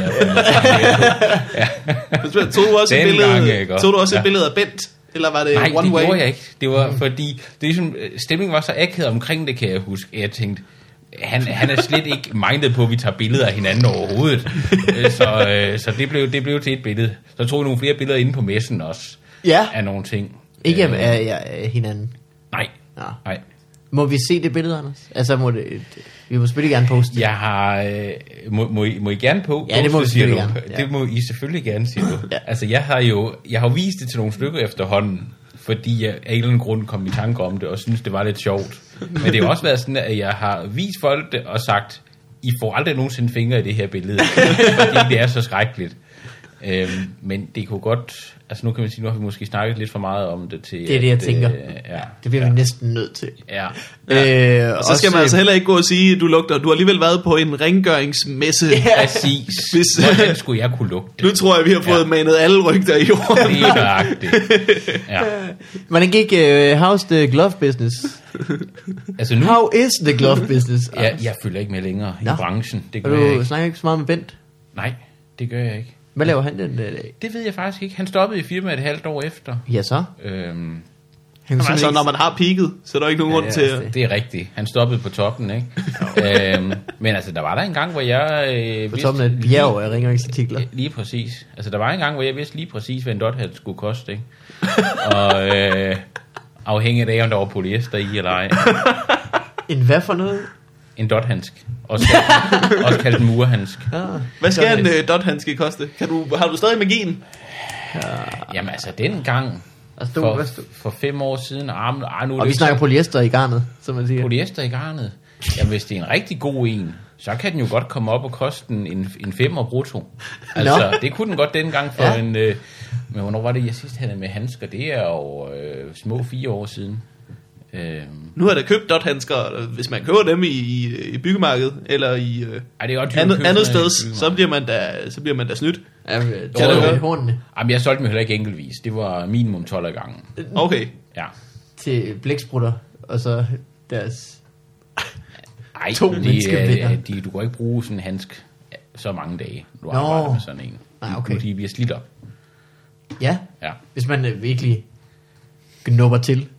Tog du også et billede af Bent? Eller var det Nej, one way? Nej, det gjorde jeg ikke. Det var fordi, det er ligesom, stemningen var så akavet omkring det, kan jeg huske. Jeg tænkte, han er slet ikke mindet på, at vi tager billeder af hinanden overhovedet. Så det blev til et billede. Så tog jeg nogle flere billeder inde på messen også. Ja. Af nogle ting. Ikke af hinanden. Nej. Ja. Nej. Må vi se det billede, Anders? Altså, vi må selvfølgelig gerne poste det. Jeg har... Må I gerne på? Ja, det må vi selvfølgelig gerne. Ja. Det må I selvfølgelig gerne, siger du. Ja. Altså, jeg har vist det til nogle stykker efterhånden, fordi jeg af en eller anden grund kom i tanke om det, og synes det var lidt sjovt. Men det har også været sådan, at jeg har vist folk det, og sagt, I får aldrig nogensinde fingre i det her billede, fordi det er så skrækkeligt. Men det kunne godt... Altså nu kan man sige, nu har vi måske snakket lidt for meget om det til... Det er det, jeg tænker. Ja. Det bliver vi næsten nødt til. Ja. Og så skal man altså heller ikke gå og sige, at du lugter. Du har alligevel været på en rengøringsmesse. Ja. Præcis. Hvordan skulle jeg kunne lugte? Nu tror jeg, vi har fået manet alle rygter i jorden. Det er nøjagtigt. Ja. Man gik how's the glove business? Altså nu... How is the glove business? Jeg følger ikke med længere i branchen. Det gør og jeg du ikke. snakker ikke så meget med Bent? Nej, det gør jeg ikke. Hvad laver han den dag? Det ved jeg faktisk ikke. Han stoppede i firmaet et halvt år efter. Ja, så? Altså, når man har peaked, så er der ikke nogen grund til... Det er rigtigt. Han stoppede på toppen, ikke? Men altså, der var der en gang, hvor jeg... På toppen af et bjerg af rengøringsartikler. Lige præcis. Altså, der var en gang, hvor jeg vidste lige præcis, hvad en dothat skulle koste, ikke? Og afhængigt af, om der var polyester i eller ej. En hvad for noget? En dothandsk. Også kaldt en murhandsk. Hvad skal en dothandske koste? Har du stadig magien? Jamen altså, den gang... For 5 år siden. Nu og vi snakker polyester i garnet, som man siger. Polyester i garnet. Jamen, hvis det er en rigtig god en, så kan den jo godt komme op og koste en 5'er brutto. Altså, det kunne den godt dengang for en... Men hvornår var det, jeg sidst havde med handsker? Det er jo små 4 år siden. Nu har der købt dothandsker, hvis man køber dem i byggemarkedet, eller i andet sted, så bliver man da snydt. Jamen, jeg solgte mig heller ikke enkeltvis. Det var minimum 12 af gangen. Okay. Ja. Til blæksprutter, og så deres... Ej, du kan ikke bruge sådan en handsk så mange dage, du arbejder med sådan en. Nej, okay. De bliver slidt op. Ja. Hvis man virkelig gnubber til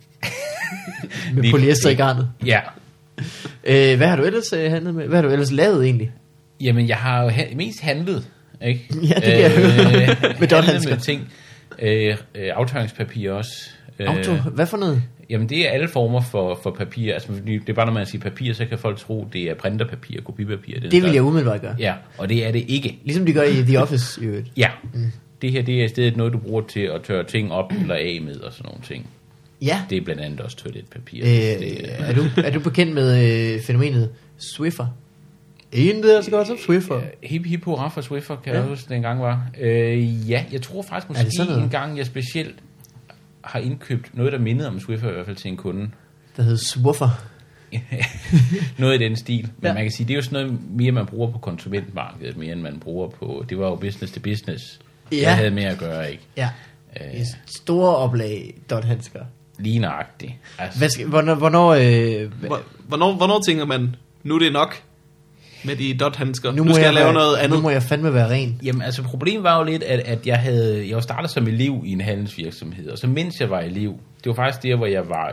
med polyester i garnet. Ja. Hvad har du ellers handlet med? Hvad har du ellers lavet egentlig? Jamen, jeg har jo mest handlet, ikke? Ja, det kan jeg høre. Med dothandsker. Med ting. Aftørringspapir også. Hvad for noget? Jamen, det er alle former for papir. Altså, det er bare, når man siger papir, så kan folk tro, det er printerpapir, kopipapir. Det vil jeg umiddelbart gøre. Ja, og det er det ikke. Ligesom de gør i The Office, jo. Ja. Det her, det er i stedet noget, du bruger til at tørre ting op eller af med og sådan nogle ting. Ja. Det er blandt andet også toiletpapir. Er du bekendt med fænomenet Swiffer? En der så godt som Swiffer. Hip hurra for Swiffer, kan jeg huske, den gang var. Ja, jeg tror faktisk måske en gang, jeg specielt har indkøbt noget, der mindede om Swiffer, i hvert fald til en kunde. Der hedder Swiffer. Noget i den stil. Men man kan sige, det er jo sådan noget mere, man bruger på konsumentmarkedet, mere end man bruger på... Det var jo business to business, jeg havde med at gøre, ikke? Ja. Store oplag dothandsker. Lige nøjagtigt. Altså. Hvornår tænker man, nu er det nok med de dothandsker? Nu skal jeg lave noget andet. Nu må jeg fandme være ren. Jamen altså, problemet var jo lidt, at jeg var startet som elev i en handelsvirksomhed, og så mens jeg var elev, det var faktisk der, hvor jeg var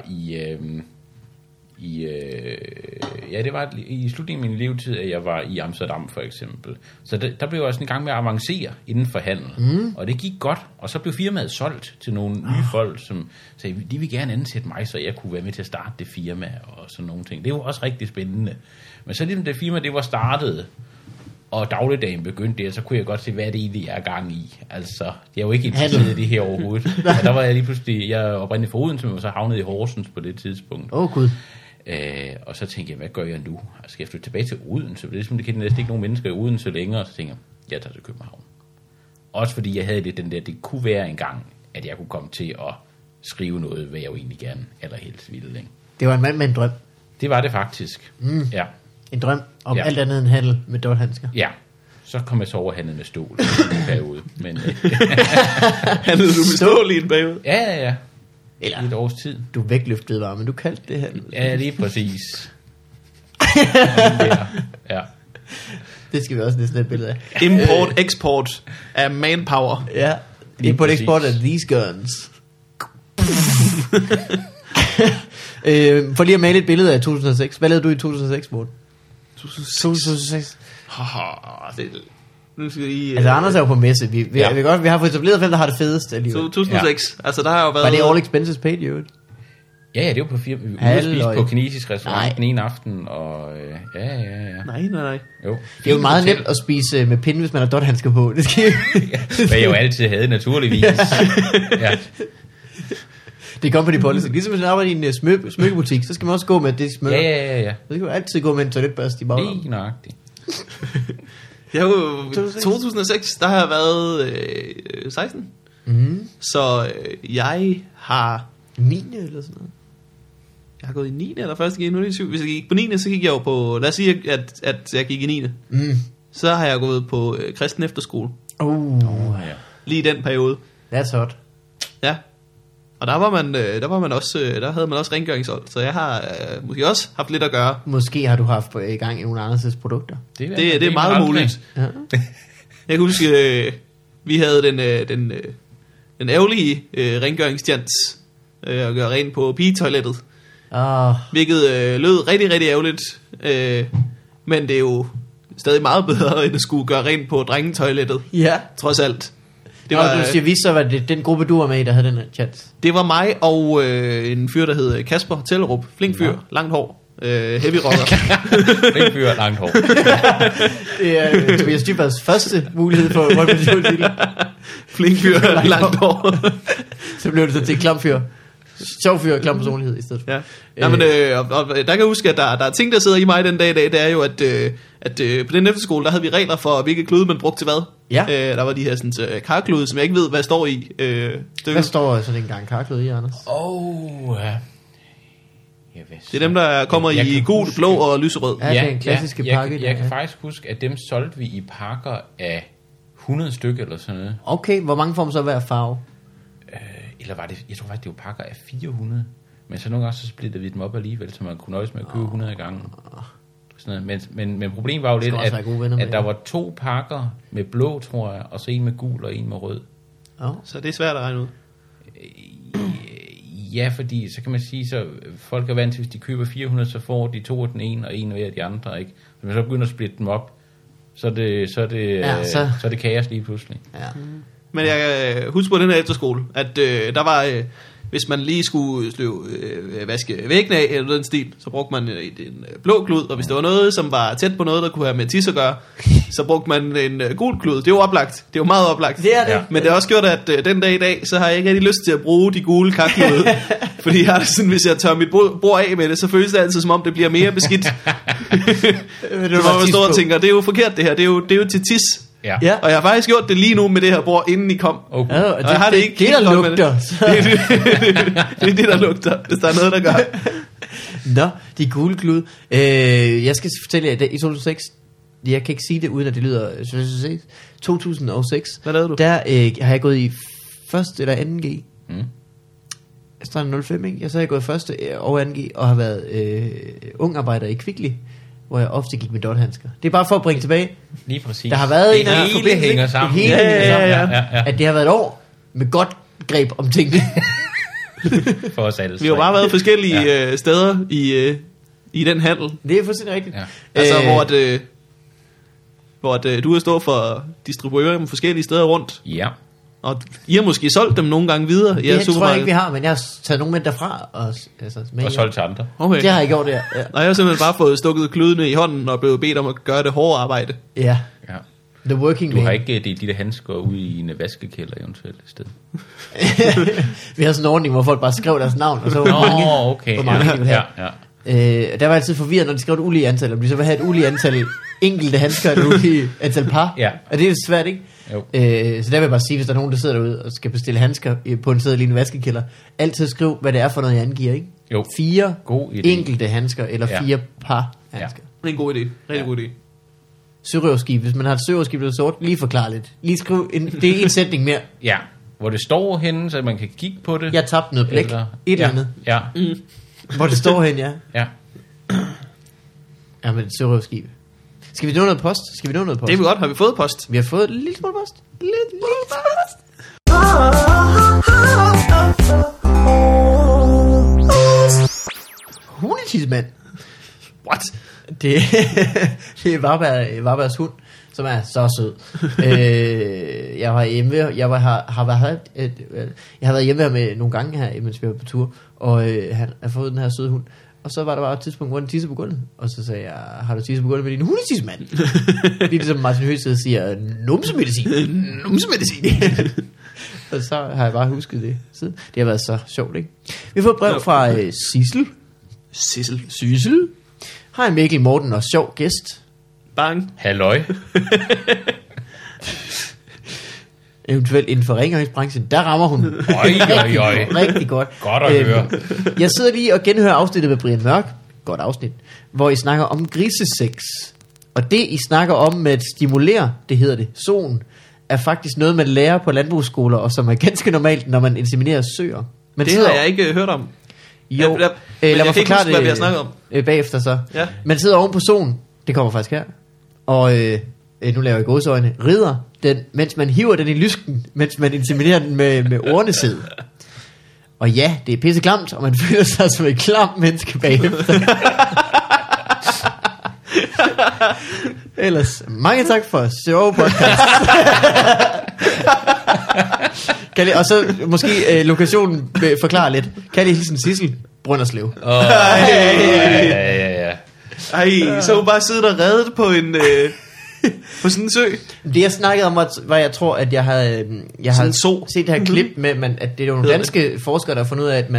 det var i slutningen af min levetid, at jeg var i Amsterdam for eksempel. Så der blev jeg også en gang med at avancere inden for handel. Og det gik godt, og så blev firmaet solgt til nogle nye folk, som sagde, de vil gerne ansætte mig, så jeg kunne være med til at starte det firma og sådan nogle ting. Det var også rigtig spændende. Men så ligesom det firma, det var startet, og dagligdagen begyndte det, så kunne jeg godt se, hvad det egentlig er gang i. Altså, jeg er jo ikke interesseret i det her overhovedet. Og der var jeg lige pludselig, jeg oprindeligt fra Odense, men var så havnet i Horsens på det tidspunkt. Gud. Og så tænkte jeg, hvad gør jeg nu? Skal jeg flytte tilbage til Odense? Det er ligesom, det kan næsten ikke nogen mennesker i Odense længere. Og så tænkte jeg tager til København. Også fordi jeg havde lidt den der, det kunne være en gang, at jeg kunne komme til at skrive noget, hvad jeg jo egentlig gerne allerhelst ville. Ikke? Det var en mand med en drøm. Det var det faktisk. Ja. En drøm om alt andet end handel med dothandsker. Ja. Så kom jeg så overhandlet med stål i en periode. Men, handlede du med stål i en periode? Ja. Eller et års tid. Du vægtløftede bare, men du kaldte det handel. Ja, lige præcis. Ja. Det skal vi også næsten have et billede af. Import-export af manpower. Ja. Import-export af these guns. For lige at male et billede af 2006. Hvad lavede du i 2006, Morten? 2006. Nu skal vi lige... Altså, Anders er jo på messe. Vi har fået etableret, hvem der har det fedeste alligevel. 2006. Altså, der har jo været... Var det all expenses paid, jo? Ja, det var på firma. Vi var spist på kinesisk restaurant den ene aften, og ja. Nej. Jo. Det er jo meget nemt at spise med pinde, hvis man har dothandsker på. Det skal hvad jeg jo altid havde, naturligvis. Ja. Det er company policy. Ligesom hvis man arbejder i en smykkebutik, så skal man også gå med det smykker. Ja. Så skal man altid gå med en toiletbørste i baglommen. Lige nøjagtigt. Det er jo 2006, der har jeg været 16. Mm-hmm. Så jeg har... 9. eller sådan noget. Jeg har gået i 9. eller først gik nu er det 7. Hvis jeg gik på 9. så gik jeg jo på... Lad os sige, at jeg gik i 9. Så har jeg gået på kristen efterskole. Ja. Lige i den periode. That's hot. Ja. Og der havde man også rengøringshold. Så jeg har måske også haft lidt at gøre. Måske har du haft i gang i nogle andres produkter. Det er meget muligt. Ja. Jeg kan huske, vi havde den ærgerlige rengøringstjans at gøre rent på pigetoilettet. Hvilket lød rigtig, rigtig ærgerligt. Men det er jo stadig meget bedre, end at skulle gøre rent på drengetoilettet. Ja. Trods alt. Det var, du siger vi, så var det den gruppe, du var med i, der havde den her chance. Det var mig og en fyr, der hed Kasper Tellerup. Flink fyr, langt hår. Heavy rocker. Flink fyr, langt hår. Det er Tobias Dybers første mulighed for at rømme. Flink fyr, langt hår. Så blev det så til en klam fyr. Sjov fyr og klam personlighed i stedet for. Ja. Ja, men, og der kan jeg huske, at der er ting, der sidder i mig den dag i dag. Det er jo, at på den efterskole, der havde vi regler for, hvilke klude man brugte til hvad. Ja. Der var de her sådan, karklude, som jeg ikke ved, hvad står i. Hvad står sådan en gang karklude i, Anders? Ja. Det er dem, der kommer i gul, blå og lyserød. Ja, det er en klassiske pakke. Jeg kan faktisk huske, at dem solgte vi i pakker af 100 stykker eller sådan noget. Okay, hvor mange får man så hver farve? Eller var det, jeg tror faktisk, det var pakker af 400. Men så nogle gange så splittede vi dem op alligevel, så man kunne nøjes med at købe 100 gange. Sådan noget. Men problemet var jo lidt, at der var 2 pakker med blå, tror jeg, og så en med gul og en med rød. Så det er svært at regne ud. Ja, fordi så kan man sige, så folk er vant til, hvis de køber 400, så får de 2 af den ene og en af de andre, ikke? Hvis man så begynder at splitte dem op, så er det kaos lige pludselig. Ja. Men jeg husker på den her efterskole, at der var, hvis man lige skulle vaske væggene af, eller den stil, så brugte man en blå klud, og hvis det var noget, som var tæt på noget, der kunne have med tis at gøre, så brugte man en gul klud. Det er jo oplagt. Det er jo meget oplagt. Det er det. Ja. Men det har også gjort, at den dag i dag, så har jeg ikke rigtig lyst til at bruge de gule karklude. Fordi jeg har det sådan, hvis jeg tør mit bord af med det, så føles det altid, som om det bliver mere beskidt. Hvor man står og tænker, det er jo forkert det her. Det er jo til tis. Ja. Og jeg har faktisk gjort det lige nu med det her bord, inden I kom. Okay. Og jeg har det ikke det, der lugter. Det er det, der lugter, hvis der er noget, der gør. Nå, de gule klud. Jeg skal fortælle jer, at i 2006, jeg kan ikke sige det, uden at det lyder 2006. Hvad lavede du? Der har jeg gået i første eller anden G. Jeg startede 05, ikke? Så har jeg gået i første og anden G, og har været ung arbejder i Kvickly, hvor jeg ofte gik med dothandsker. Det er bare for at bringe tilbage. Lige præcis. Der har været en hele forbindelse, hænger sammen. Ja. At det har været et år med godt greb om tingene. For os alle. Vi har bare været forskellige steder i den handel. Det er fuldstændig rigtigt. Ja. Altså hvor du har stået for distribuere dem forskellige steder rundt. Ja. Og I har måske solgt dem nogle gange videre i jeres supermarked. Det tror jeg ikke, vi har, men jeg har taget nogle med derfra. Og solgt til andre. Okay. Det har jeg gjort, ja. Og jeg har simpelthen bare fået stukket kludene i hånden og blevet bedt om at gøre det hårde arbejde. Ja. The working du har ikke delt de der handsker ude i en vaskekælder eventuelt i stedet. Vi havde sådan en ordning, hvor folk bare skrev deres navn, og så hvor mange de ville have. Der var altid forvirret, når de skrev et ulige antal, om de så ville have et ulige antal enkelte handsker nu i antal par. Ja. Og det er svært, ikke? Jo. Så der vil jeg bare sige, hvis der er nogen, der sidder derude og skal bestille handsker på en seddel i en vaskekælder, altid skriv, hvad det er for noget, jeg angiver, ikke? Jo. 4 God idé. enkelte handsker, eller 4 par handsker. Det er en god idé. Rigtig god idé. Sørøverskib, hvis man har et sørøverskib, der er sort, lige forklar lidt. Lige skriv, det er en sætning mere. Ja, hvor det står henne, så man kan kigge på det. Jeg tabte noget blæk. Et eller andet. Ja. Hvor det står hen, ja. Ja. Ja, men et sørøverskib. Skal vi nå noget post? Det er vi godt. Har vi fået post? Vi har fået en lille smule post. Lidt post. Hundetissemand. What? Det er Varbergs hund, som er så sød. Jeg var hjemme, jeg har været hjemme her med nogle gange her, mens vi var på tur, og han har fået den her søde hund. Og så var der bare et tidspunkt, hvor den tissede på gulvet. Og så sagde jeg, har du tisset på gulvet med din hundetissemand? Lige ligesom Martin Høsted siger, numsemedicin. Numsemedicin. Og så har jeg bare husket det siden. Det har været så sjovt, ikke? Vi har fået et brev fra Sissel. Hej Mikkel, Morten og sjov gæst. Bang. Halløj. Eventuelt inden for rengøringsbranchen, der rammer hun rigtig godt. Godt at høre. Jeg sidder lige og genhører afsnittet med Brian Mørk, godt afsnit, hvor I snakker om grisesex. Og det I snakker om med at stimulere, det hedder det, zon, er faktisk noget man lærer på landbrugsskoler, og som er ganske normalt, når man inseminerer søer. Men det har jeg ikke hørt om. Jo, lad mig forklare det, hvad vi har snakket om bagefter så. Ja. Man sidder oven på zon, det kommer faktisk her, og nu laver jeg gåseøjne, rider den, mens man hiver den i lysken, mens man inseminerer den med ornesæd. Og ja, det er pisseklamt, og man føler sig som et klamt menneske bagefter. Ellers, mange tak for sjove podcast. Og så måske lokationen forklare lidt. Kan I hilsen Sissel? Brønderslev. Ej, så bare sidde der reddet på en... på sådan en sø. Det jeg snakkede om, var jeg tror, at jeg har set det her klip med, at det er nogle danske forskere, der har fundet ud af,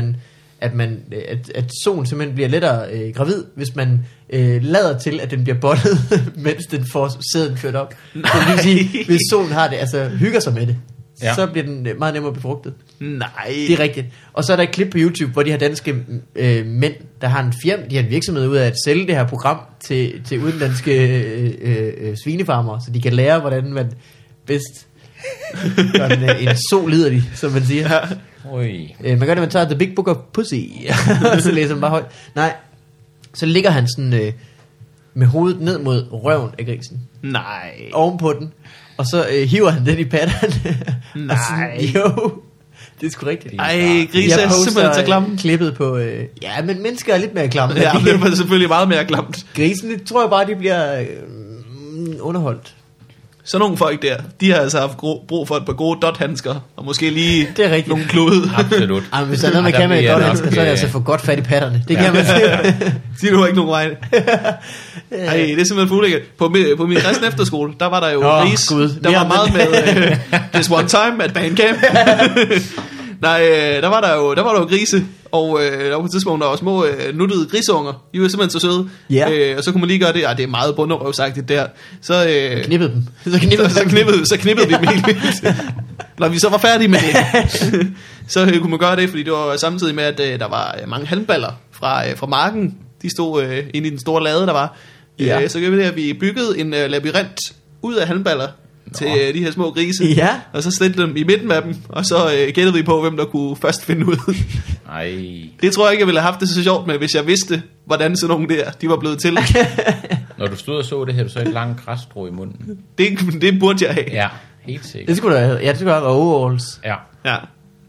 at solen simpelthen bliver lettere gravid, hvis man lader til, at den bliver bollet, mens den får sæden ført op. Så det vil sige, hvis solen har det, altså hygger sig med det, så bliver den meget nemmere befrugtet. Nej. Det er rigtigt. Og så er der et klip på YouTube, hvor de her danske mænd, der har en virksomhed ud af at sælge det her program til udenlandske svinefarmere, så de kan lære, hvordan man bedst gør en sol lider de, som man siger. Ja. Man gør det, man tager The Big Book of Pussy, og så læser man bare højt. Nej, så ligger han sådan med hovedet ned mod røven af grisen. Nej. Ovenpå den. Og så hiver han den i patterne. Nej. Sådan, jo, det er sgu rigtigt. Ej, grise er simpelthen så klamme. Klippet på, ja, men mennesker er lidt mere klamme. Ja, det er selvfølgelig meget mere klamt. Grisene, tror jeg bare, de bliver underholdt. Så nogle folk der, de har altså haft brug for et par gode dot-handsker, og måske lige nogle klude. Absolut. Jamen, hvis der er noget, man kan med dot-handsker, så er det altså for godt fat i patterne. Det kan man sige. Siger du ikke nogen vej. Ej, det er simpelthen fuldlækkert. På min kristne efterskole, der var der jo gris. Der var meget med This One Time at Bandcamp. Nej, der var der jo grise, og der var på et tidspunkt, der var små nuttede grisunger. De var simpelthen så søde. Og så kunne man lige gøre det. Det er meget bunderøvsagtigt der. Så knippede dem. Så knippede vi dem helt vildt. Når vi så var færdige med det, så kunne man gøre det, fordi det var samtidig med, at der var mange halmballer fra marken. De stod inde i den store lade, der var. Så gjorde vi det, at vi byggede en labyrint ud af halmballer til de her små grise. Og så slædte dem i midten af dem, og så gættede vi på, hvem der kunne først finde ud. Ej. Det tror jeg ikke, jeg ville have haft det så sjovt med, hvis jeg vidste, hvordan sådan nogle der, de var blevet til. Når du stod og så det, havde du så et langt græsstrå i munden? Det burde jeg have. Ja, helt sikkert. Det skulle da have været overalls. Ja.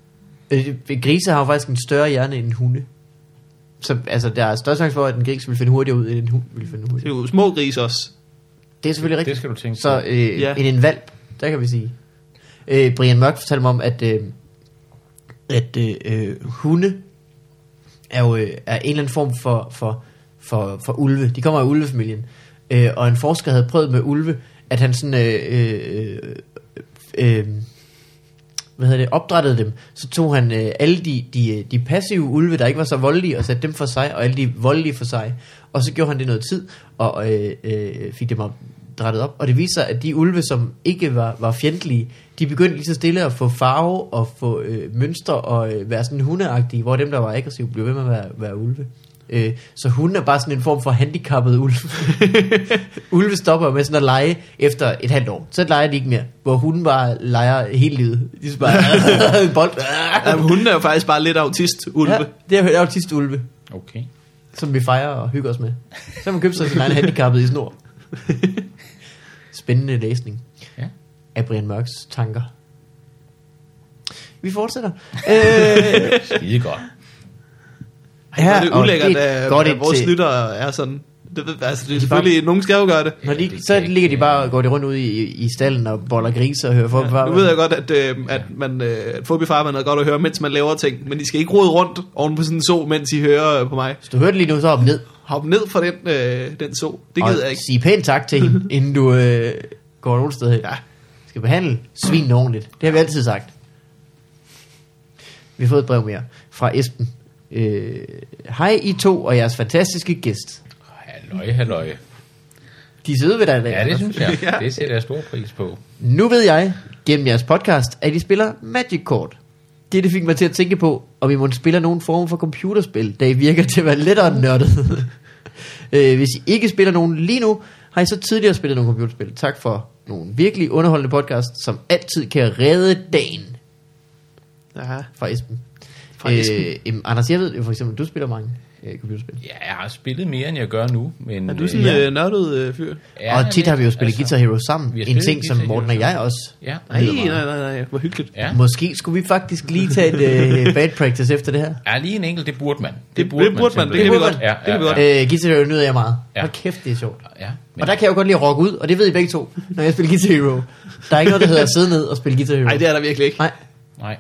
Grise har jo faktisk en større hjerne end hunde. Så altså, der er større chance for, at en gris vil finde hurtigere ud, end en hund vil finde hurtigere. Det er jo små grise også. Det er selvfølgelig rigtigt. Det skal du tænke så en valp, der kan vi sige. Brian Mørk fortalte mig om, at hunde er jo er en eller anden form for ulve. De kommer af ulvefamilien. Og en forsker havde prøvet med ulve, at han sådan opdrættede dem, så tog han alle de passive ulve, der ikke var så voldelige, og satte dem for sig, og alle de voldelige for sig. Og så gjorde han det noget tid, og fik dem opdrættet op. Og det viser, at de ulve, som ikke var fjendtlige, de begyndte lige så stille at få farve, og få mønstre, og være sådan hundeagtige, hvor dem, der var aggressive, blev ved med at være ulve. Så hunden er bare sådan en form for handicappet ulv. Ulve stopper med sådan at lege efter et halvt år. Så leger de ikke mere. Hvor hunden bare leger hele livet. De er bare en bold. Jamen, hunden er jo faktisk bare lidt autist-ulve. Ja, det er autist-ulve. Okay. Som vi fejrer og hygger os med. Så kan man købe sig sin egen handicappet i snor. Spændende læsning. Ja. Af Brian Mørks tanker. Vi fortsætter. Skide godt. Ja, det er ulækkert, at vores lyttere er sådan. Det er selvfølgelig, nogen skal jo gøre det. Så ligger de bare og går rundt ud i stallen og boller grise og hører folk farvandet. Nu ved jeg godt, at Fobi farvandet er godt at høre, mens man laver ting, men de skal ikke rode rundt oven på sådan en så, mens de hører på mig. Hvis du hører det lige nu, så hop ned. Hop ned fra den så. Det gider jeg ikke. Sig pænt tak til hende, inden du går nogen sted hen. Ja. Skal behandle svin ordentligt. Det har vi altid sagt. Vi har fået et brev mere fra Esben. Hej I to og jeres fantastiske gæst. Halløj. De er søde ved dig i dag. Ja, det synes jeg. Det sætter jeg stor pris på. Nu ved jeg, gennem jeres podcast, at I spiller Magic-kort. Det fik mig til at tænke på, om I måtte spille nogen form for computerspil, da I virker til at være lettere nørdet. Hvis I ikke spiller nogen lige nu, har I så tidligere spillet nogle computerspil. Tak for nogle virkelig underholdende podcast, som altid kan redde dagen. Aha. Fra Esben. Anders, jeg ved jo for eksempel, du spiller mange computerspil. Ja, jeg har spillet mere, end jeg gør nu. Men, er du sådan en nørdet fyr? Ja, og tit har vi jo spillet Guitar Hero sammen. En ting, som Morten og jeg også. Ja. Nej, hvor hyggeligt. Ja. Måske skulle vi faktisk lige tage et bad practice efter det her. Ja, lige en enkelt, det burde man. Det kan vi godt. Guitar Hero nyder jeg meget. Hold kæft, det er sjovt. Ja, og der kan jeg jo godt lide at rocke ud, og det ved I begge to, når jeg spiller Guitar Hero. Der er ikke noget, der hedder at sidde ned og spille Guitar Hero. Nej, det er der virkelig ikke. Nej.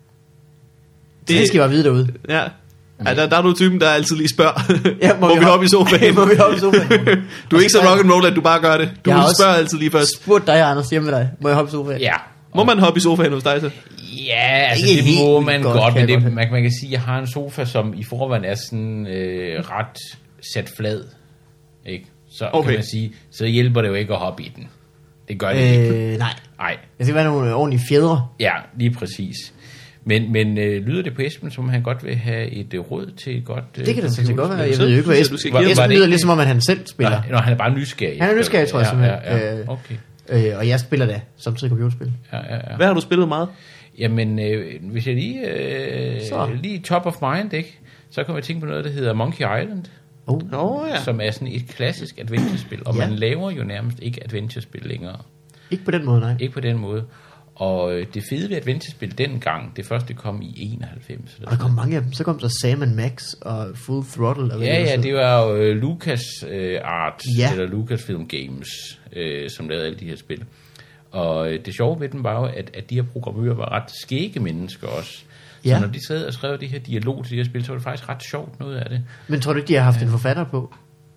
Det skal I bare vide derude. Ja. Ja, der er du typen, der altid lige spørger, ja, må vi hoppe i sofaen? Må vi hoppe i sofaen? Du er ikke så rock'n'roll, at du bare gør det. Du spørger altid lige først. Spurgt dig, Anders, hjemme med dig. Må jeg hoppe i sofaen? Ja. Må man hoppe i sofaen hos dig så? Ja, altså det må man godt, men det, man kan sige, at jeg har en sofa, som i forvejen er sådan ret sat flad. Ikke? Så kan man sige, så hjælper det jo ikke at hoppe i den. Det gør det ikke. Nej. Det skal være nogle ordentlige fjedre. Ja, lige præcis. Men lyder det på Esben, som han godt vil have et råd til et godt... Det kan det sådan godt være. Jeg ved jo ikke, hvad Esben lyder ligesom om, at han selv spiller. Nå, han er bare nysgerrig. Han er nysgerrig, tror jeg simpelthen. Ja, okay. Og jeg spiller da samtidig computerspil. Ja. Hvad har du spillet meget? Jamen, hvis jeg lige top of mind, ikke? Så kan jeg tænke på noget, der hedder Monkey Island. Som er sådan et klassisk adventure-spil. Og man laver jo nærmest ikke adventure-spil længere. Ikke på den måde, nej. Ikke på den måde. Og det fede ved adventure-spil dengang, det første kom i 91. Og der kom mange af dem. Så kom der Sam & Max og Full Throttle. Ja, det var jo Lucas Arts, eller Lucasfilm Games, som lavede alle de her spil. Og det sjove ved dem var jo, at de her programmører var ret skægge mennesker også. Så når de sad og skrev de her dialog til de her spil, så var det faktisk ret sjovt noget af det. Men tror du ikke, de har haft en forfatter på?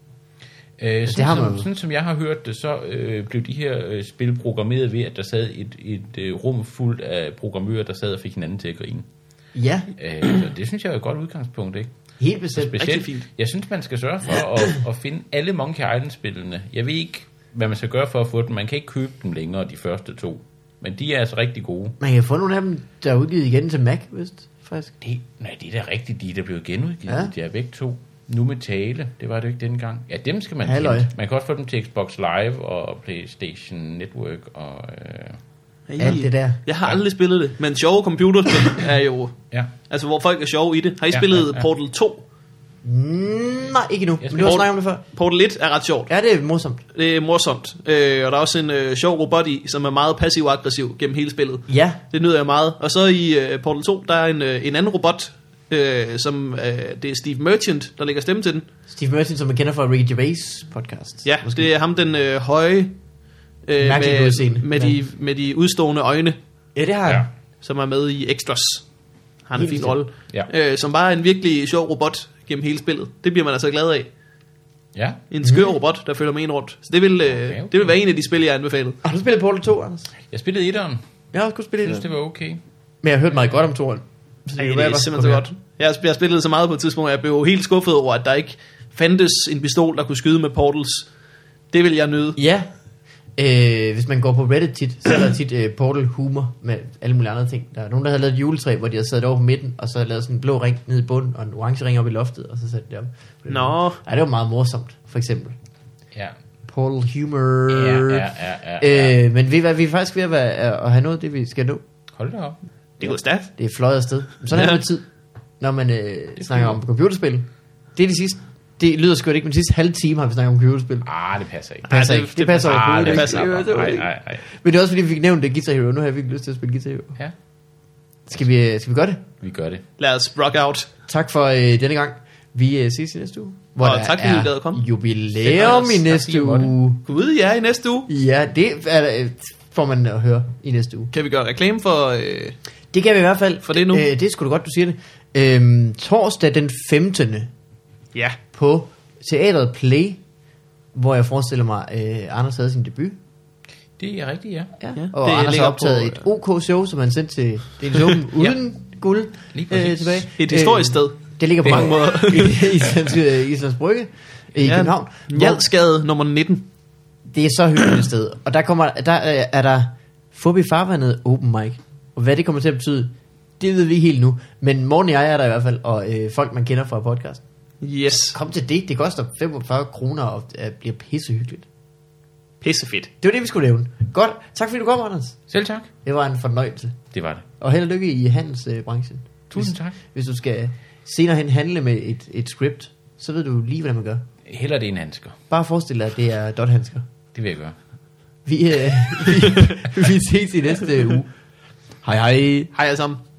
Sådan som jeg har hørt det, så blev de her spil programmeret ved, at der sad et rum fuldt af programmører, der sad og fik hinanden til at grine. Ja. Så det synes jeg er et godt udgangspunkt, ikke? Helt bestemt. Specielt fint. Jeg synes, man skal sørge for at finde alle Monkey Island-spillene. Jeg ved ikke, hvad man skal gøre for at få dem. Man kan ikke købe dem længere, de første 2. Men de er altså rigtig gode. Man kan få nogle af dem, der er udgivet igen til Mac, vist, faktisk. Det er da rigtigt, de er blevet genudgivet. Ja. De er begge 2. Nu med tale, det var det ikke dengang. Ja, dem skal man kende. Man kan også få dem til Xbox Live og PlayStation Network og... alt det der. Jeg har aldrig spillet det, men sjove computerspil er jo... Altså, hvor folk er sjove i det. Har I spillet Portal 2? Nej, ikke nu. Men du har snakket om det før. Portal 1 er ret sjovt. Ja, det er morsomt. Det er morsomt. Og der er også en sjov robot i, som er meget passiv-aggressiv gennem hele spillet. Ja. Det nyder jeg meget. Og så i Portal 2, der er en anden robot, som det er Steve Merchant, der lægger stemme til den. Steve Merchant, som man kender fra Ricky Gervais podcast. Ja, måske. Det er ham, den høje med de udstående øjne. Ja, det har jeg. Som er med i Extras. Han har en fin rolle. Ja. Som bare er en virkelig sjov robot gennem hele spillet. Det bliver man altså glad af. Ja. En skør robot, der følger med en rundt. Så det vil være en af de spil, jeg anbefalede. Har du spillet Portal 2, Anders? Jeg spillede 1'eren. Jeg har også kunnet spille 1'eren. Jeg synes, det var okay. Men jeg har hørt meget godt om toren. Så det er simpelthen så godt. Jeg spillede så meget på et tidspunkt, at jeg blev helt skuffet over, at der ikke fandtes en pistol, der kunne skyde med portals. Det vil jeg nyde. Ja. Hvis man går på Reddit tit, så er der tit portal humor med alle mulige andre ting. Der er nogen, der havde lavet et juletræ, hvor de havde sat over på midten, og så havde lavet sådan en blå ring nede i bunden, og en orange ring op i loftet, og så satte det op. Nå. Ej, det var meget morsomt, for eksempel. Ja. Portal humor. Ja. Men ved I hvad, vi er faktisk ved at have noget, det vi skal nå. Hold da op. Det går stærkt. Det er fløjet afsted. Men sådan er det med tid, når man snakker om computerspil. Det er det sidste. Det lyder sgu ikke, men de sidste halve time har vi snakket om computerspil. Det passer ikke. Det passer overhovedet det passer ikke. Nej. Men det er også fordi, vi fik nævnt det Guitar Hero. Nu har jeg virkelig lyst til at spille Guitar Hero. Ja. Skal vi gøre det? Vi gør det. Lad os rock out. Tak for denne gang. Vi ses i næste uge. Hvor og tak fordi I gad at komme. Jubilæum i næste uge. Gud, ja, i næste uge. Ja, det får man at høre i næste uge. Kan vi gøre reklame for... Det kan vi i hvert fald. For det nu. Det er sgu da godt, du siger det. Torsdag den 15. Ja. På Teatret Play, hvor jeg forestiller mig, Anders havde sin debut. Det er rigtigt, ja. Og det Anders har optaget et OK-show, som han sendte til Danish Open uden guld tilbage. Et historisk sted. Det ligger på mange måder i Islands Brygge i København. Hjalsgade nummer 19. Det er så hyggeligt et sted. Og der er der Fubi Farvandet open mic. Og hvad det kommer til at betyde, det ved vi helt nu. Men Morten og jeg er der i hvert fald, og folk man kender fra podcasten. Yes. Kom til det. Det koster 45 kroner og bliver pissehyggeligt. Pissefedt. Det var det, vi skulle nævne. Godt. Tak fordi du kom, Anders. Selv tak. Det var en fornøjelse. Det var det. Og held og lykke i handelsbranchen. Tusind tak. Hvis du skal senere hen handle med et script, så ved du lige, hvordan man gør. Heller det en handsker. Bare forestil dig, at det er dot-handsker. Det vil jeg gøre. Vi ses i næste uge. Hej hej. Hej alle sammen.